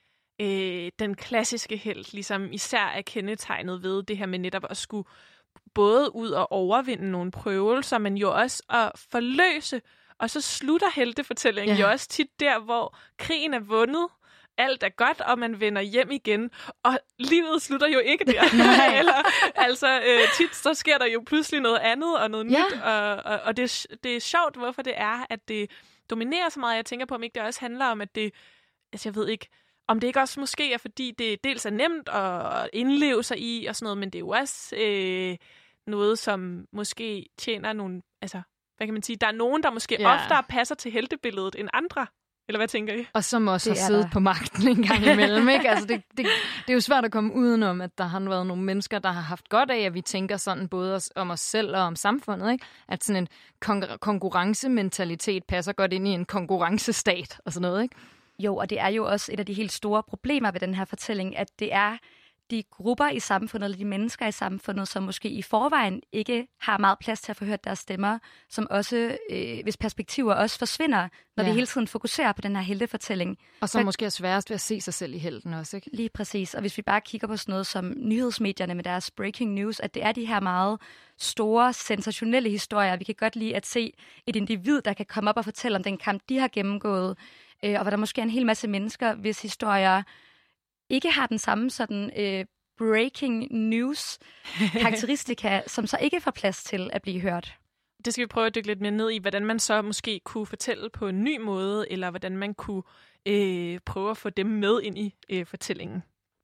Øh, den klassiske helt, ligesom især er kendetegnet ved det her med netop at skulle både ud og overvinde nogle prøvelser, men jo også at forløse, og så slutter heltefortællingen ja. jo også tit der, hvor krigen er vundet, alt er godt, og man vender hjem igen, og livet slutter jo ikke der. Eller, altså, øh, tit så sker der jo pludselig noget andet og noget ja. nyt, og, og, og det, det er sjovt, hvorfor det er, at det dominerer så meget. Jeg tænker på, om ikke det også handler om, at det, altså jeg ved ikke, om det ikke også måske er, fordi det dels er nemt at indleve sig i og sådan noget, men det er jo også øh, noget, som måske tjener nogle, altså hvad kan man sige, der er nogen, der måske ja. oftere passer til heltebilledet end andre. Eller hvad tænker I? Og som også det har siddet der. på magten en gang imellem. Ikke? Altså det, det, det er jo svært at komme udenom, at der har været nogle mennesker, der har haft godt af, at vi tænker sådan både os, om os selv og om samfundet. Ikke? At sådan en kon- konkurrencementalitet passer godt ind i en konkurrencestat og sådan noget. Ikke? Jo, og det er jo også et af de helt store problemer ved den her fortælling, at det er de grupper i samfundet, eller de mennesker i samfundet, som måske i forvejen ikke har meget plads til at få hørt deres stemmer, som også, øh, hvis perspektiver også forsvinder, når ja. vi hele tiden fokuserer på den her heltefortælling. Og som For, måske er sværest ved at se sig selv i helten også, ikke? Lige præcis. Og hvis vi bare kigger på sådan noget som nyhedsmedierne med deres breaking news, at det er de her meget store, sensationelle historier. Vi kan godt lide at se et individ, der kan komme op og fortælle om den kamp, de har gennemgået, øh, og hvor der måske er en hel masse mennesker, hvis historier ikke har den samme sådan øh, breaking news karakteristika, som så ikke får plads til at blive hørt. Det skal vi prøve at dykke lidt mere ned i, hvordan man så måske kunne fortælle på en ny måde, eller hvordan man kunne øh, prøve at få dem med ind i øh, fortællingen.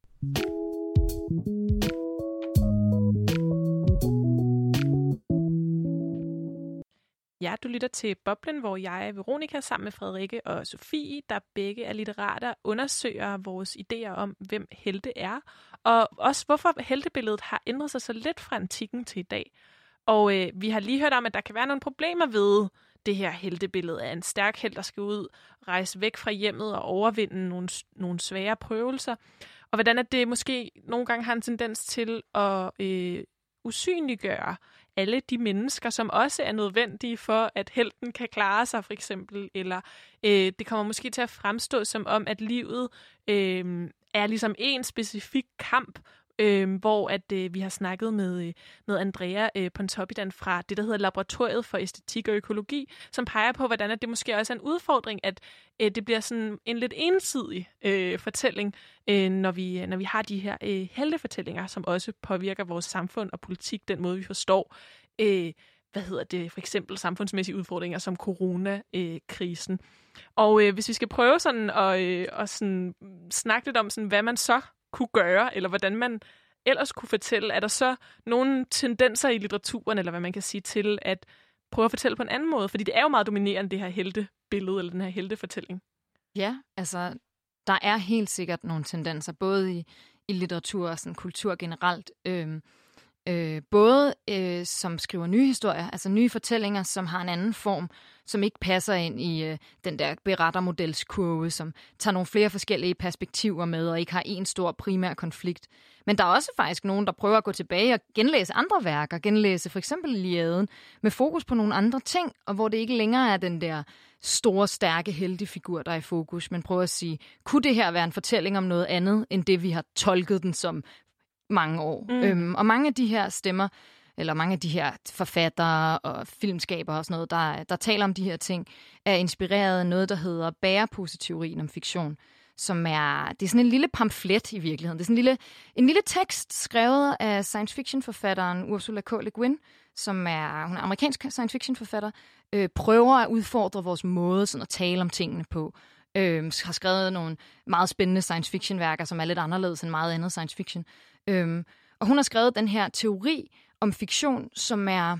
Ja, du lytter til Boblen, hvor jeg, Veronica, sammen med Frederikke og Sofie, der begge er litterater, undersøger vores idéer om, hvem helte er, og også hvorfor heltebilledet har ændret sig så lidt fra antikken til i dag. Og øh, vi har lige hørt om, at der kan være nogle problemer ved det her heltebillede af en stærk helt, der skal ud, rejse væk fra hjemmet og overvinde nogle, nogle svære prøvelser. Og hvordan at det måske nogle gange har en tendens til at øh, usynliggøre alle de mennesker, som også er nødvendige for, at helten kan klare sig, for eksempel. Eller øh, det kommer måske til at fremstå som om, at livet øh, er ligesom en specifik kamp, øh, hvor at øh, vi har snakket med, med Andrea øh, Pontoppidan fra det, der hedder Laboratoriet for Æstetik og Økologi, som peger på, hvordan at det måske også er en udfordring, at øh, det bliver sådan en lidt ensidig øh, fortælling, øh, når, vi, når vi har de her øh, heltefortællinger, som også påvirker vores samfund og politik, den måde, vi forstår, øh, hvad hedder det, for eksempel samfundsmæssige udfordringer som coronakrisen. Øh, og øh, hvis vi skal prøve sådan at, øh, at sådan snakke lidt om, sådan, hvad man så kunne gøre, eller hvordan man ellers kunne fortælle, er der så nogle tendenser i litteraturen, eller hvad man kan sige til, at prøve at fortælle på en anden måde? Fordi det er jo meget dominerende, det her heltebillede, eller den her heltefortælling. Ja, altså, der er helt sikkert nogle tendenser, både i, i litteratur og sådan, kultur generelt. Øhm, øh, både øh, som skriver nye historier, altså nye fortællinger, som har en anden form, som ikke passer ind i øh, den der berettermodelskurve, som tager nogle flere forskellige perspektiver med, og ikke har en stor primær konflikt. Men der er også faktisk nogen, der prøver at gå tilbage og genlæse andre værker, genlæse for eksempel Iliaden, med fokus på nogle andre ting, og hvor det ikke længere er den der store, stærke heltefigur, der er i fokus, men prøver at sige, kunne det her være en fortælling om noget andet, end det vi har tolket den som mange år? Mm. Øhm, og mange af de her stemmer, eller mange af de her forfattere og filmskabere og sådan noget, der, der taler om de her ting, er inspireret af noget, der hedder bæreposeteorien om fiktion, som er, det er sådan en lille pamflet i virkeligheden. Det er sådan en lille, en lille tekst skrevet af science fiction forfatteren Ursula K. Le Guin, som er, hun er amerikansk science fiction forfatter, øh, prøver at udfordre vores måde sådan at tale om tingene på. Øh, har skrevet nogle meget spændende science fiction værker, som er lidt anderledes end meget andet science fiction. Øh, og hun har skrevet den her teori om fiktion, som er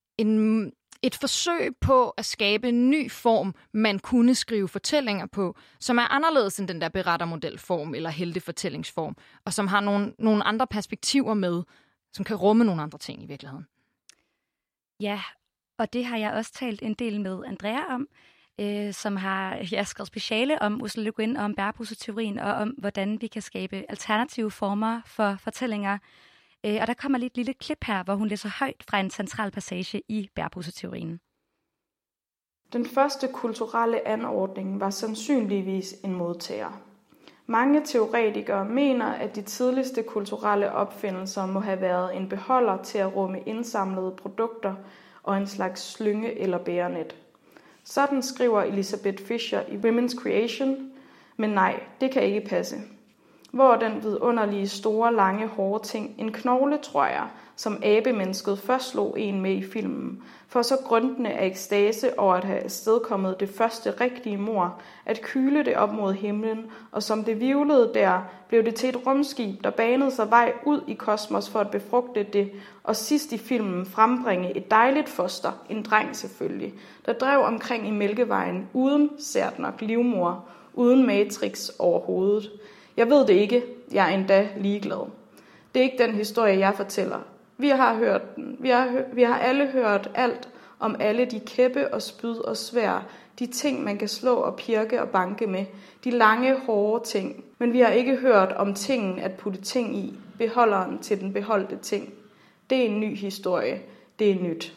en, et forsøg på at skabe en ny form, man kunne skrive fortællinger på, som er anderledes end den der berettermodelform eller heltefortællingsform, og som har nogle, nogle andre perspektiver med, som kan rumme nogle andre ting i virkeligheden. Ja, og det har jeg også talt en del med Andrea om, øh, som har ja, skrevet speciale om Ursula Le Guin og om bæreposeteorien, og om, hvordan vi kan skabe alternative former for fortællinger. Øh, og der kommer lidt et lille klip her, hvor hun læser højt fra en central passage i bæreposeteorien. Den første kulturelle anordning var sandsynligvis en modtager. Mange teoretikere mener, at de tidligste kulturelle opfindelser må have været en beholder til at rumme indsamlede produkter og en slags slynge eller bærenet. Sådan skriver Elizabeth Fisher i Women's Creation, men nej, det kan ikke passe. Hvor den vidunderlige, store, lange, hårde ting, en knogle, tror jeg, som abemennesket først slog en med i filmen, for så grøntende af ekstase over at have afstedkommet det første rigtige mor, at kyle det op mod himlen, og som det vivlede der, blev det til et rumskib, der banede sig vej ud i kosmos for at befrugte det, og sidst i filmen frembringe et dejligt foster, en dreng selvfølgelig, der drev omkring i Mælkevejen, uden sært nok livmor, uden matrix overhovedet. Jeg ved det ikke, jeg er endda ligeglad. Det er ikke den historie, jeg fortæller. Vi har hørt den. Vi har, hø- vi har alle hørt alt om alle de kæppe og spyd og svær, de ting, man kan slå og pirke og banke med, de lange, hårde ting. Men vi har ikke hørt om tingen at putte ting i, beholderen til den beholdte ting. Det er en ny historie. Det er nyt.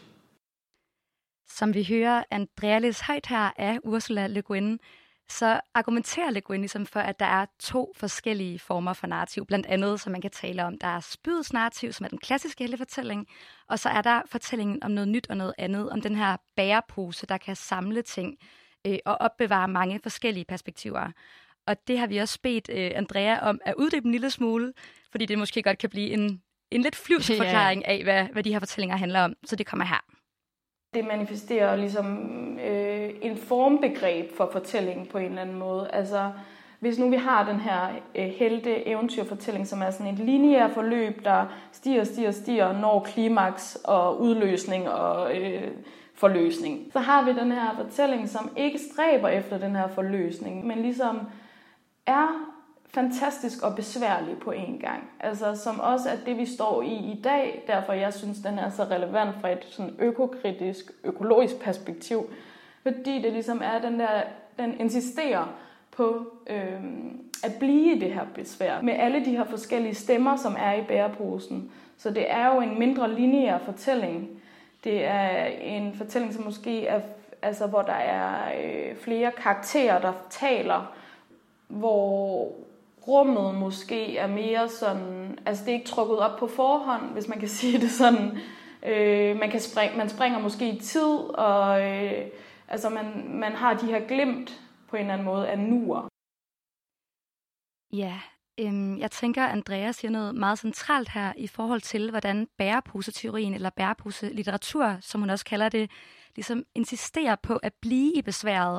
Som vi hører Andrea læse højt her af Ursula Le Guin, så argumenterer Le Guin ligesom for, at der er to forskellige former for narrativ. Blandt andet, som man kan tale om, der er spydets narrativ, som er den klassiske heltefortælling, og så er der fortællingen om noget nyt og noget andet, om den her bærepose, der kan samle ting øh, og opbevare mange forskellige perspektiver. Og det har vi også bedt øh, Andrea om at uddybe en lille smule, fordi det måske godt kan blive en, en lidt flyvsk forklaring af, hvad, hvad de her fortællinger handler om. Så det kommer her. Det manifesterer ligesom øh, en formbegreb for fortællingen på en eller anden måde. Altså, hvis nu vi har den her øh, helte-eventyrfortælling, som er sådan et lineært forløb, der stiger, stiger, stiger, når klimaks og udløsning og øh, forløsning. Så har vi den her fortælling, som ikke stræber efter den her forløsning, men ligesom er fantastisk og besværlig på en gang. Altså, som også er det, vi står i i dag. Derfor jeg synes, den er så relevant fra et sådan økokritisk, økologisk perspektiv. Fordi det ligesom er den der, den insisterer på øhm, at blive det her besvær. Med alle de her forskellige stemmer, som er i bæreposen. Så det er jo en mindre lineær fortælling. Det er en fortælling, som måske er, altså, hvor der er øh, flere karakterer, der taler, hvor rummet måske er mere sådan, altså det er ikke trukket op på forhånd, hvis man kan sige det sådan. Øh, man, kan spring, man springer måske i tid, og øh, altså man, man har de her glimt på en eller anden måde af nuer. Ja, øhm, jeg tænker, Andrea siger noget meget centralt her i forhold til, hvordan bæreposeteorien, eller bærepose-litteratur, som hun også kalder det, ligesom insisterer på at blive i besværet.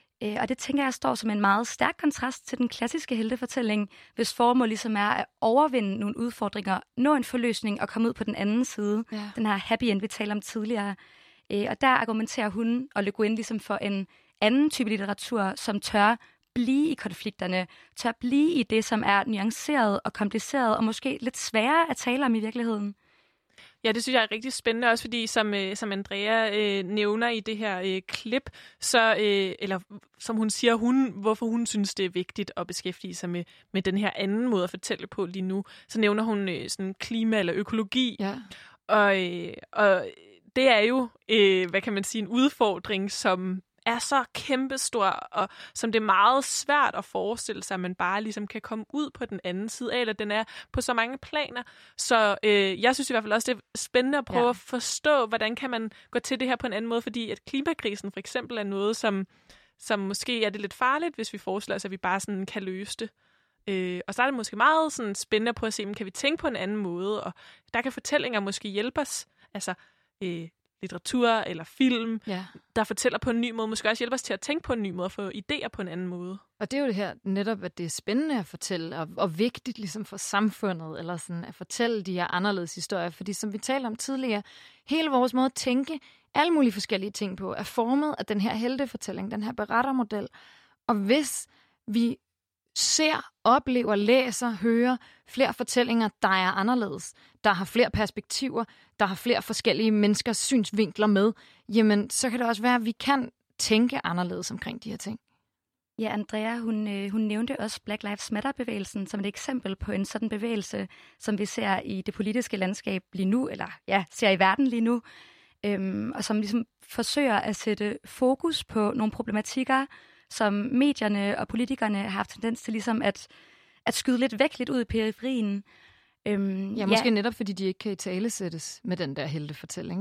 Og det tænker jeg står som en meget stærk kontrast til den klassiske heltefortælling, hvis formål ligesom er at overvinde nogle udfordringer, nå en forløsning og komme ud på den anden side. Ja. Den her happy end, vi talte om tidligere. Og der argumenterer hun og Le Guin ligesom for en anden type litteratur, som tør blive i konflikterne, tør blive i det, som er nuanceret og kompliceret og måske lidt sværere at tale om i virkeligheden. Ja, det synes jeg er rigtig spændende, også fordi, som, øh, som Andrea øh, nævner i det her øh, klip, så, øh, eller som hun siger, hun, hvorfor hun synes, det er vigtigt at beskæftige sig med, med den her anden måde at fortælle på lige nu, så nævner hun øh, sådan klima eller økologi. Ja. Og, øh, og det er jo, øh, hvad kan man sige, en udfordring, som er så kæmpestor, og som det er meget svært at forestille sig, at man bare ligesom kan komme ud på den anden side af, eller den er på så mange planer. Så øh, jeg synes i hvert fald også, det er spændende at prøve ja. at forstå, hvordan kan man gå til det her på en anden måde, fordi at klimakrisen for eksempel er noget, som, som måske er det lidt farligt, hvis vi forestiller os, at vi bare sådan kan løse det. Øh, og så er det måske meget sådan spændende at prøve at se, kan vi tænke på en anden måde, og der kan fortællinger måske hjælpe os, altså øh, litteratur eller film, ja. der fortæller på en ny måde, måske også hjælper os til at tænke på en ny måde og få idéer på en anden måde. Og det er jo det her netop, at det er spændende at fortælle, og, og vigtigt ligesom for samfundet, eller sådan at fortælle de her anderledes historier, fordi som vi talte om tidligere, hele vores måde at tænke alle mulige forskellige ting på, er formet af den her heltefortælling, den her berettermodel. Og hvis vi ser, oplever, læser, hører flere fortællinger, der er anderledes, der har flere perspektiver, der har flere forskellige menneskers synsvinkler med, jamen så kan det også være, at vi kan tænke anderledes omkring de her ting. Ja, Andrea, hun, øh, hun nævnte også Black Lives Matter-bevægelsen som et eksempel på en sådan bevægelse, som vi ser i det politiske landskab lige nu, eller ja, ser i verden lige nu, øhm, og som ligesom forsøger at sætte fokus på nogle problematikker, som medierne og politikerne har haft tendens til ligesom at, at skyde lidt væk, lidt ud i periferien. Øhm, ja, måske ja. netop fordi de ikke kan italesættes med den der heltefortælling, ikke?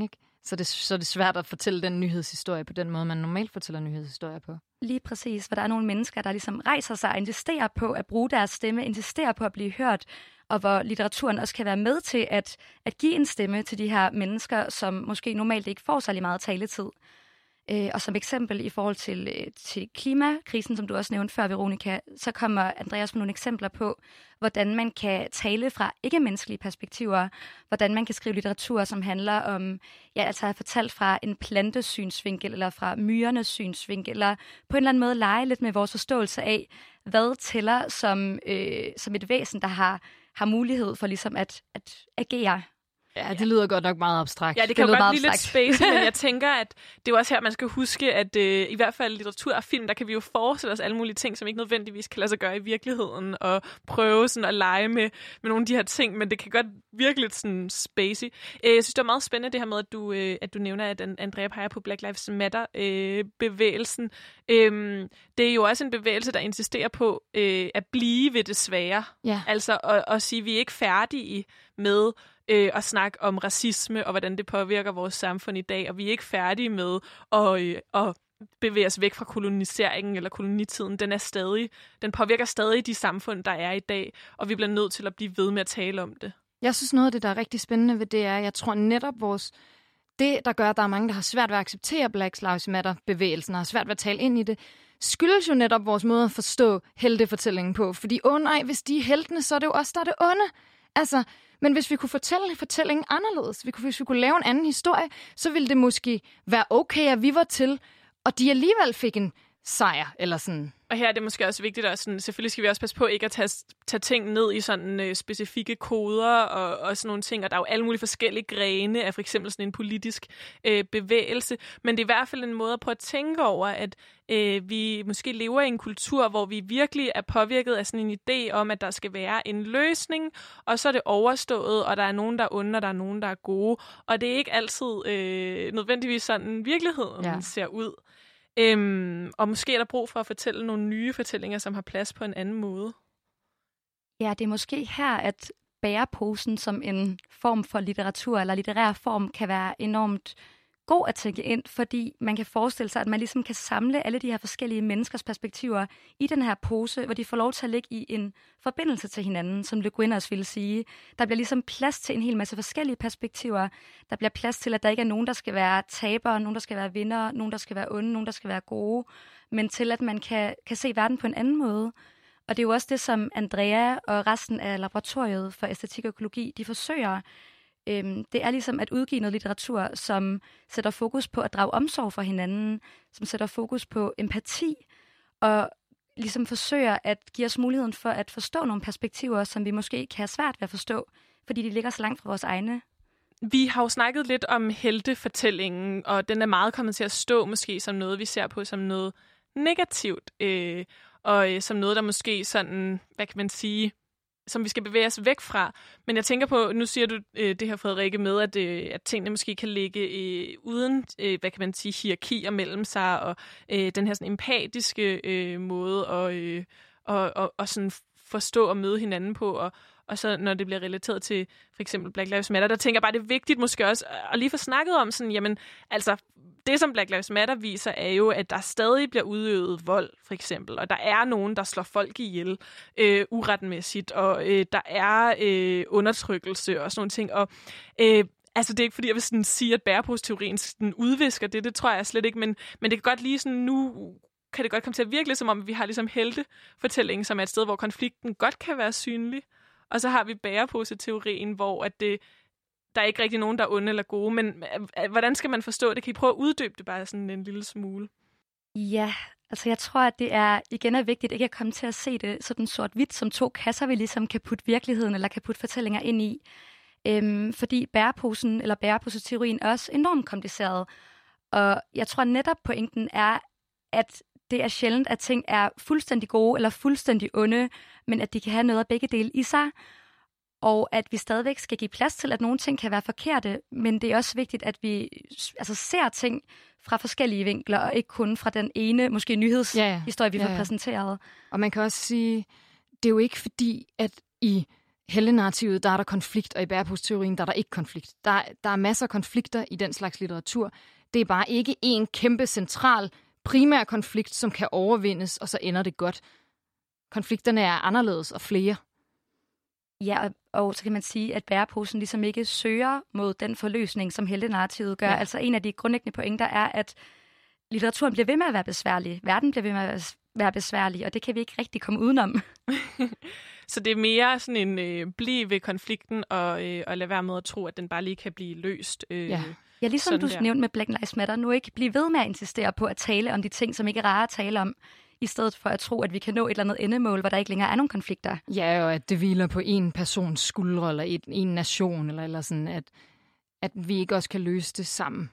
Så det, så det er svært at fortælle den nyhedshistorie på den måde, man normalt fortæller nyhedshistorier på. Lige præcis, for der er nogle mennesker, der ligesom rejser sig og insisterer på at bruge deres stemme, insisterer på at blive hørt, og hvor litteraturen også kan være med til at, at give en stemme til de her mennesker, som måske normalt ikke får særlig meget taletid. Øh, og som eksempel i forhold til, øh, til klimakrisen, som du også nævnte før, Veronica, så kommer Andreas med nogle eksempler på, hvordan man kan tale fra ikke-menneskelige perspektiver, hvordan man kan skrive litteratur, som handler om, ja, altså at fortalt fra en plantesynsvinkel, eller fra myrernes synsvinkel, eller på en eller anden måde lege lidt med vores forståelse af, hvad tæller som, øh, som et væsen, der har, har mulighed for ligesom at, at agere. Ja, det lyder godt nok meget abstrakt. Ja, det kan det jo godt blive lidt spacey, men jeg tænker, at det er jo også her, man skal huske, at øh, i hvert fald litteratur og film, der kan vi jo forestille os alle mulige ting, som ikke nødvendigvis kan lade sig gøre i virkeligheden, og prøve sådan at lege med, med nogle af de her ting, men det kan godt virke lidt sådan spacey. Øh, jeg synes, det er meget spændende det her med, at du, øh, at du nævner, at Andrea peger på Black Lives Matter-bevægelsen. Øh, øh, det er jo også en bevægelse, der insisterer på øh, at blive ved det svære. Ja. Altså at, at sige, at vi er ikke færdige med Øh, at snakke om racisme og hvordan det påvirker vores samfund i dag, og vi er ikke færdige med at, øh, at bevæge os væk fra koloniseringen eller kolonitiden. Den er stadig, den påvirker stadig de samfund, der er i dag, og vi bliver nødt til at blive ved med at tale om det. Jeg synes, noget af det, der er rigtig spændende ved det, er, jeg tror netop vores... Det, der gør, at der er mange, der har svært ved at acceptere Black Lives Matter-bevægelsen, og har svært ved at tale ind i det, skyldes jo netop vores måde at forstå heltefortællingen på. Fordi, åh nej, hvis de er heltene, så er det jo os, der er det onde. Altså... Men hvis vi kunne fortælle fortællingen anderledes, hvis vi kunne lave en anden historie, så ville det måske være okay, at vi var til, og de alligevel fik en sejr, eller sådan. Og her er det måske også vigtigt, at sådan, selvfølgelig skal vi også passe på ikke at tage, tage ting ned i sådan øh, specifikke koder og, og sådan nogle ting, og der er jo alle mulige forskellige grene af for eksempel sådan en politisk øh, bevægelse, men det er i hvert fald en måde at prøve at tænke over, at øh, vi måske lever i en kultur, hvor vi virkelig er påvirket af sådan en idé om, at der skal være en løsning, og så er det overstået, og der er nogen, der er onde, og der er nogen, der er gode, og det er ikke altid øh, nødvendigvis sådan virkeligheden ja. ser ud. Øhm, og måske er der brug for at fortælle nogle nye fortællinger, som har plads på en anden måde. Ja, det er måske her, at bæreposen som en form for litteratur eller litterær form kan være enormt god at tænke ind, fordi man kan forestille sig, at man ligesom kan samle alle de her forskellige menneskers perspektiver i den her pose, hvor de får lov til at ligge i en forbindelse til hinanden, som Le Guin også ville sige. Der bliver ligesom plads til en hel masse forskellige perspektiver. Der bliver plads til, at der ikke er nogen, der skal være tabere, nogen, der skal være vindere, nogen, der skal være onde, nogen, der skal være gode, men til, at man kan, kan se verden på en anden måde. Og det er jo også det, som Andrea og resten af laboratoriet for æstetik og økologi, de forsøger. Det er ligesom at udgive noget litteratur, som sætter fokus på at drage omsorg for hinanden, som sætter fokus på empati, og ligesom forsøger at give os muligheden for at forstå nogle perspektiver, som vi måske kan have svært ved at forstå, fordi de ligger så langt fra vores egne. Vi har jo snakket lidt om heltefortællingen, og den er meget kommet til at stå måske som noget, vi ser på som noget negativt, øh, og øh, som noget, der måske sådan, hvad kan man sige, som vi skal bevæge os væk fra. Men jeg tænker på, nu siger du øh, det her, Frederikke, med, at, øh, at tingene måske kan ligge øh, uden, øh, hvad kan man sige, hierarkier mellem sig, og øh, den her sådan empatiske øh, måde at øh, og, og, og sådan forstå og møde hinanden på, og, og så når det bliver relateret til for eksempel Black Lives Matter, der tænker jeg bare, det er vigtigt måske også at lige få snakket om sådan, jamen, altså, det som Black Lives Matter viser, er jo, at der stadig bliver udøvet vold, for eksempel, og der er nogen, der slår folk ihjel øh, uretmæssigt, og øh, der er øh, undertrykkelse og sådan nogle ting, og øh, altså, det er ikke fordi, jeg vil sådan sige, at bæreposteorien sådan udvisker det, det tror jeg slet ikke, men, men det kan godt lige sådan, nu kan det godt komme til at virke lidt som om, vi har ligesom heltefortællingen, som er et sted, hvor konflikten godt kan være synlig, og så har vi bæreposeteorien, hvor at det der er ikke rigtig nogen, der er onde eller gode, men hvordan skal man forstå det? Kan I prøve at uddybe det bare sådan en lille smule? Ja, altså jeg tror, at det er igen er vigtigt ikke at komme til at se det sådan sort-hvidt, som to kasser, vi ligesom kan putte virkeligheden eller kan putte fortællinger ind i. Øhm, fordi bæreposen eller bæreposeteorien er også enormt kompliceret. Og jeg tror netop pointen er, at det er sjældent, at ting er fuldstændig gode eller fuldstændig onde, men at de kan have noget af begge dele i sig. Og at vi stadigvæk skal give plads til, at nogle ting kan være forkerte, men det er også vigtigt, at vi altså, ser ting fra forskellige vinkler, og ikke kun fra den ene, måske nyhedshistorie, ja, ja. vi får ja, ja. præsenteret. Og man kan også sige, det er jo ikke fordi, at i heldenarrativet, der er der konflikt, og i bæreposteorien, der er der ikke konflikt. Der, der er masser af konflikter i den slags litteratur. Det er bare ikke en kæmpe central primær konflikt, som kan overvindes, og så ender det godt. Konflikterne er anderledes og flere. Ja, og, og så kan man sige, at bæreposen ligesom ikke søger mod den forløsning, som heldenarrativet gør. Ja. Altså en af de grundlæggende pointer er, at litteraturen bliver ved med at være besværlig. Verden bliver ved med at være besværlig, og det kan vi ikke rigtig komme udenom. Så det er mere sådan en øh, bliv ved konflikten, og, øh, og lade være med at tro, at den bare lige kan blive løst. Øh, ja. ja, ligesom du der. nævnte med Black Lives Matter. Nu ikke blive ved med at insistere på at tale om de ting, som ikke er rare at tale om, i stedet for at tro, at vi kan nå et eller andet endemål, hvor der ikke længere er nogen konflikter. Ja, og at det hviler på en persons skuldre, eller et, en nation, eller, eller sådan, at, at vi ikke også kan løse det sammen.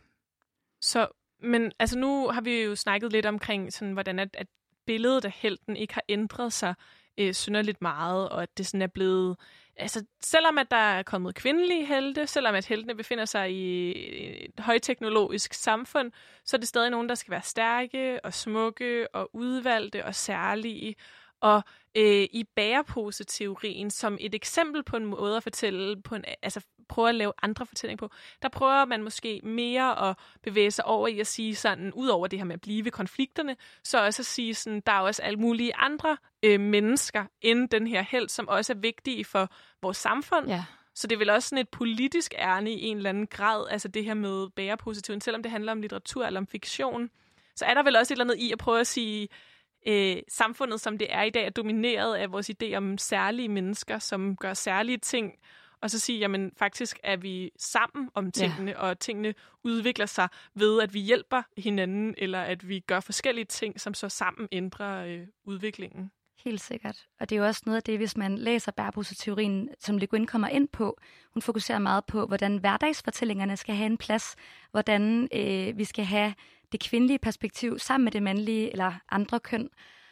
Så, men altså nu har vi jo snakket lidt omkring, sådan, hvordan at, at billedet af helten ikke har ændret sig øh, synderligt meget, og at det sådan er blevet... Altså, selvom at der er kommet kvindelige helte, selvom at heltene befinder sig i et højteknologisk samfund, så er det stadig nogen, der skal være stærke og smukke og udvalgte og særlige. Og øh, i bæreposeteorien, som et eksempel på en måde at fortælle, på en, altså prøve at lave andre fortællinger på, der prøver man måske mere at bevæge sig over i at sige sådan, ud over det her med at blive ved konflikterne, så også at sige sådan, der er også alle mulige andre øh, mennesker end den her helt, som også er vigtige for vores samfund. Ja. Så det er vel også sådan et politisk ærne i en eller anden grad, altså det her med bæreposeteorien, selvom det handler om litteratur eller om fiktion, så er der vel også et eller andet i at prøve at sige, Øh, samfundet, som det er i dag, er domineret af vores idé om særlige mennesker, som gør særlige ting, og så sige, jamen faktisk er vi sammen om tingene, ja. Og tingene udvikler sig ved, at vi hjælper hinanden, eller at vi gør forskellige ting, som så sammen ændrer øh, udviklingen. Helt sikkert. Og det er jo også noget af det, hvis man læser bæreposeteorien, som Le Guin kommer ind på. Hun fokuserer meget på, hvordan hverdagsfortællingerne skal have en plads, hvordan øh, vi skal have det kvindelige perspektiv sammen med det mandlige eller andre køn.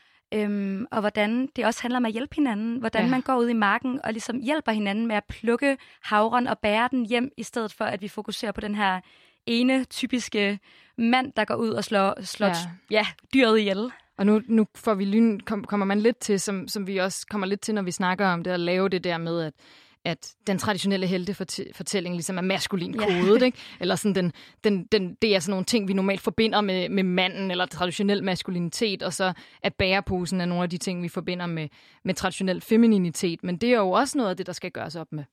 Øhm, og hvordan det også handler om at hjælpe hinanden. Hvordan ja. Man går ud i marken og ligesom hjælper hinanden med at plukke havren og bære den hjem, i stedet for at vi fokuserer på den her ene typiske mand, der går ud og slår, slår ja. Ja, dyret ihjel. Og nu, nu får vi lyn, kom, kommer man lidt til, som, som vi også kommer lidt til, når vi snakker om det, at lave det der med, at at den traditionelle heltefortælling ligesom er maskulin kodet, yeah. ikke? Eller sådan den, den, den, det er sådan nogle ting, vi normalt forbinder med, med manden, eller traditionel maskulinitet, og så at bæreposen er nogle af de ting, vi forbinder med, med traditionel femininitet. Men det er jo også noget af det, der skal gøres op med.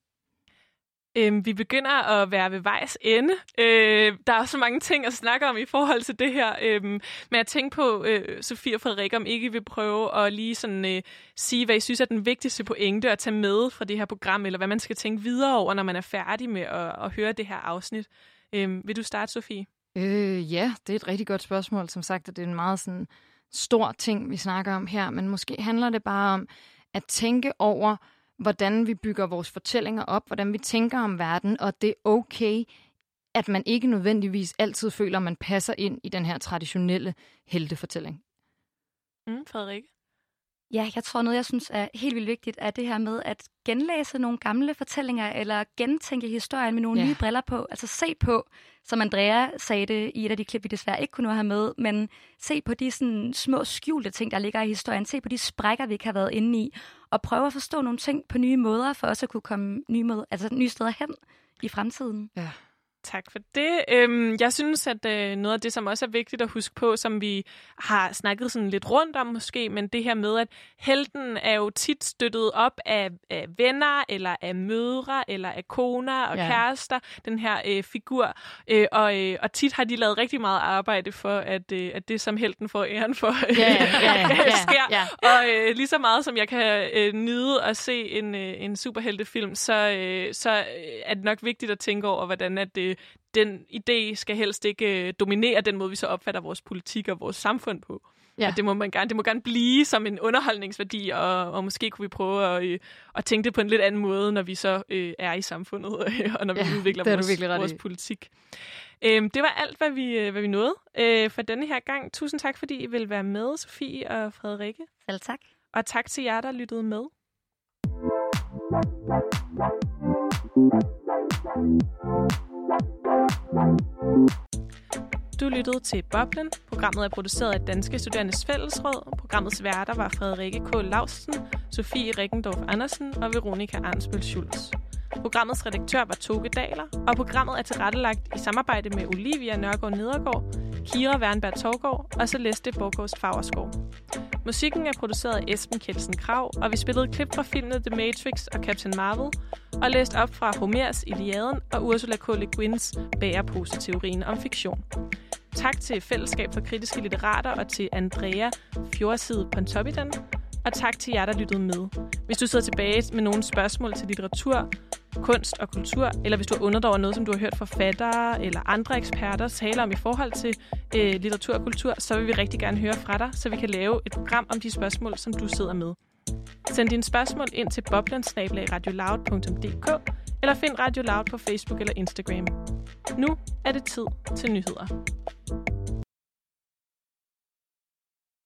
Øhm, vi begynder at være ved vejs ende. Øh, der er så mange ting at snakke om i forhold til det her. Øh, men jeg tænker på, øh, Sofie og Frederikke, om ikke vil prøve at lige sådan, øh, sige, hvad I synes er den vigtigste pointe at tage med fra det her program, eller hvad man skal tænke videre over, når man er færdig med at, at høre det her afsnit. Øh, vil du starte, Sofie? Øh, ja, det er et rigtig godt spørgsmål. Som sagt, at det er en meget sådan, stor ting, vi snakker om her, men måske handler det bare om at tænke over, hvordan vi bygger vores fortællinger op, hvordan vi tænker om verden, og det er okay, at man ikke nødvendigvis altid føler, at man passer ind i den her traditionelle heltefortælling. Mm, Frederikke? Ja, jeg tror noget, jeg synes er helt vildt vigtigt, er det her med at genlæse nogle gamle fortællinger, eller gentænke historien med nogle ja. nye briller på. Altså se på, som Andrea sagde det i et af de klip, vi desværre ikke kunne nå have med, men se på de sådan, små skjulte ting, der ligger i historien. Se på de sprækker, vi ikke har været inde i, og prøve at forstå nogle ting på nye måder, for også at kunne komme nye, måder, altså nye steder hen i fremtiden. Ja. Tak for det. Øhm, jeg synes, at øh, noget af det, som også er vigtigt at huske på, som vi har snakket sådan lidt rundt om måske, men det her med, at helten er jo tit støttet op af, af venner, eller af mødre, eller af koner og ja. kærester, den her øh, figur. Øh, og, øh, og tit har de lavet rigtig meget arbejde for, at, øh, at det, som helten får æren for, øh, ja, ja, ja, ja, sker. Ja. Og øh, lige så meget, som jeg kan øh, nyde at se en, øh, en superheltefilm, så, øh, så er det nok vigtigt at tænke over, hvordan at det den idé skal helst ikke dominere den måde, vi så opfatter vores politik og vores samfund på. Ja. Det må man gerne, det må gerne blive som en underholdningsværdi, og, og måske kunne vi prøve at, øh, at tænke det på en lidt anden måde, når vi så øh, er i samfundet, øh, og når vi ja, udvikler vores, vores politik. Øh, det var alt, hvad vi, hvad vi nåede øh, for denne her gang. Tusind tak, fordi I vil være med, Sofie og Frederikke. Selv tak. Og tak til jer, der lyttede med. Du lyttede til Boblen. Programmet er produceret af Danske Studerendes Fællesråd. Programmets værter var Frederikke K. Laustsen, Sofie Rickendorf Andersen og Veronika Arnsbøl Schulz. Programmets redaktør var Toge Daler, og programmet er tilrettelagt i samarbejde med Olivia Nørgaard Nedergaard, Kira Wernberg Torgård og Celeste Borgårds Fagerskov. Musikken er produceret af Esben Kjeldsen Krag, og vi spillede klip fra filmene The Matrix og Captain Marvel, og læst op fra Homers Iliaden og Ursula K. Le Guins bæreposeteorien om fiktion. Tak til Fællesskab for Kritiske Litterater og til Andrea Fjordside Pontoppidan, og tak til jer, der lyttede med. Hvis du sidder tilbage med nogle spørgsmål til litteratur, kunst og kultur, eller hvis du har undret over noget, som du har hørt forfattere eller andre eksperter tale om i forhold til øh, litteratur og kultur, så vil vi rigtig gerne høre fra dig, så vi kan lave et program om de spørgsmål, som du sidder med. Send dine spørgsmål ind til boblen bindestreg radioloud punktum d k eller find Radio Loud på Facebook eller Instagram. Nu er det tid til nyheder.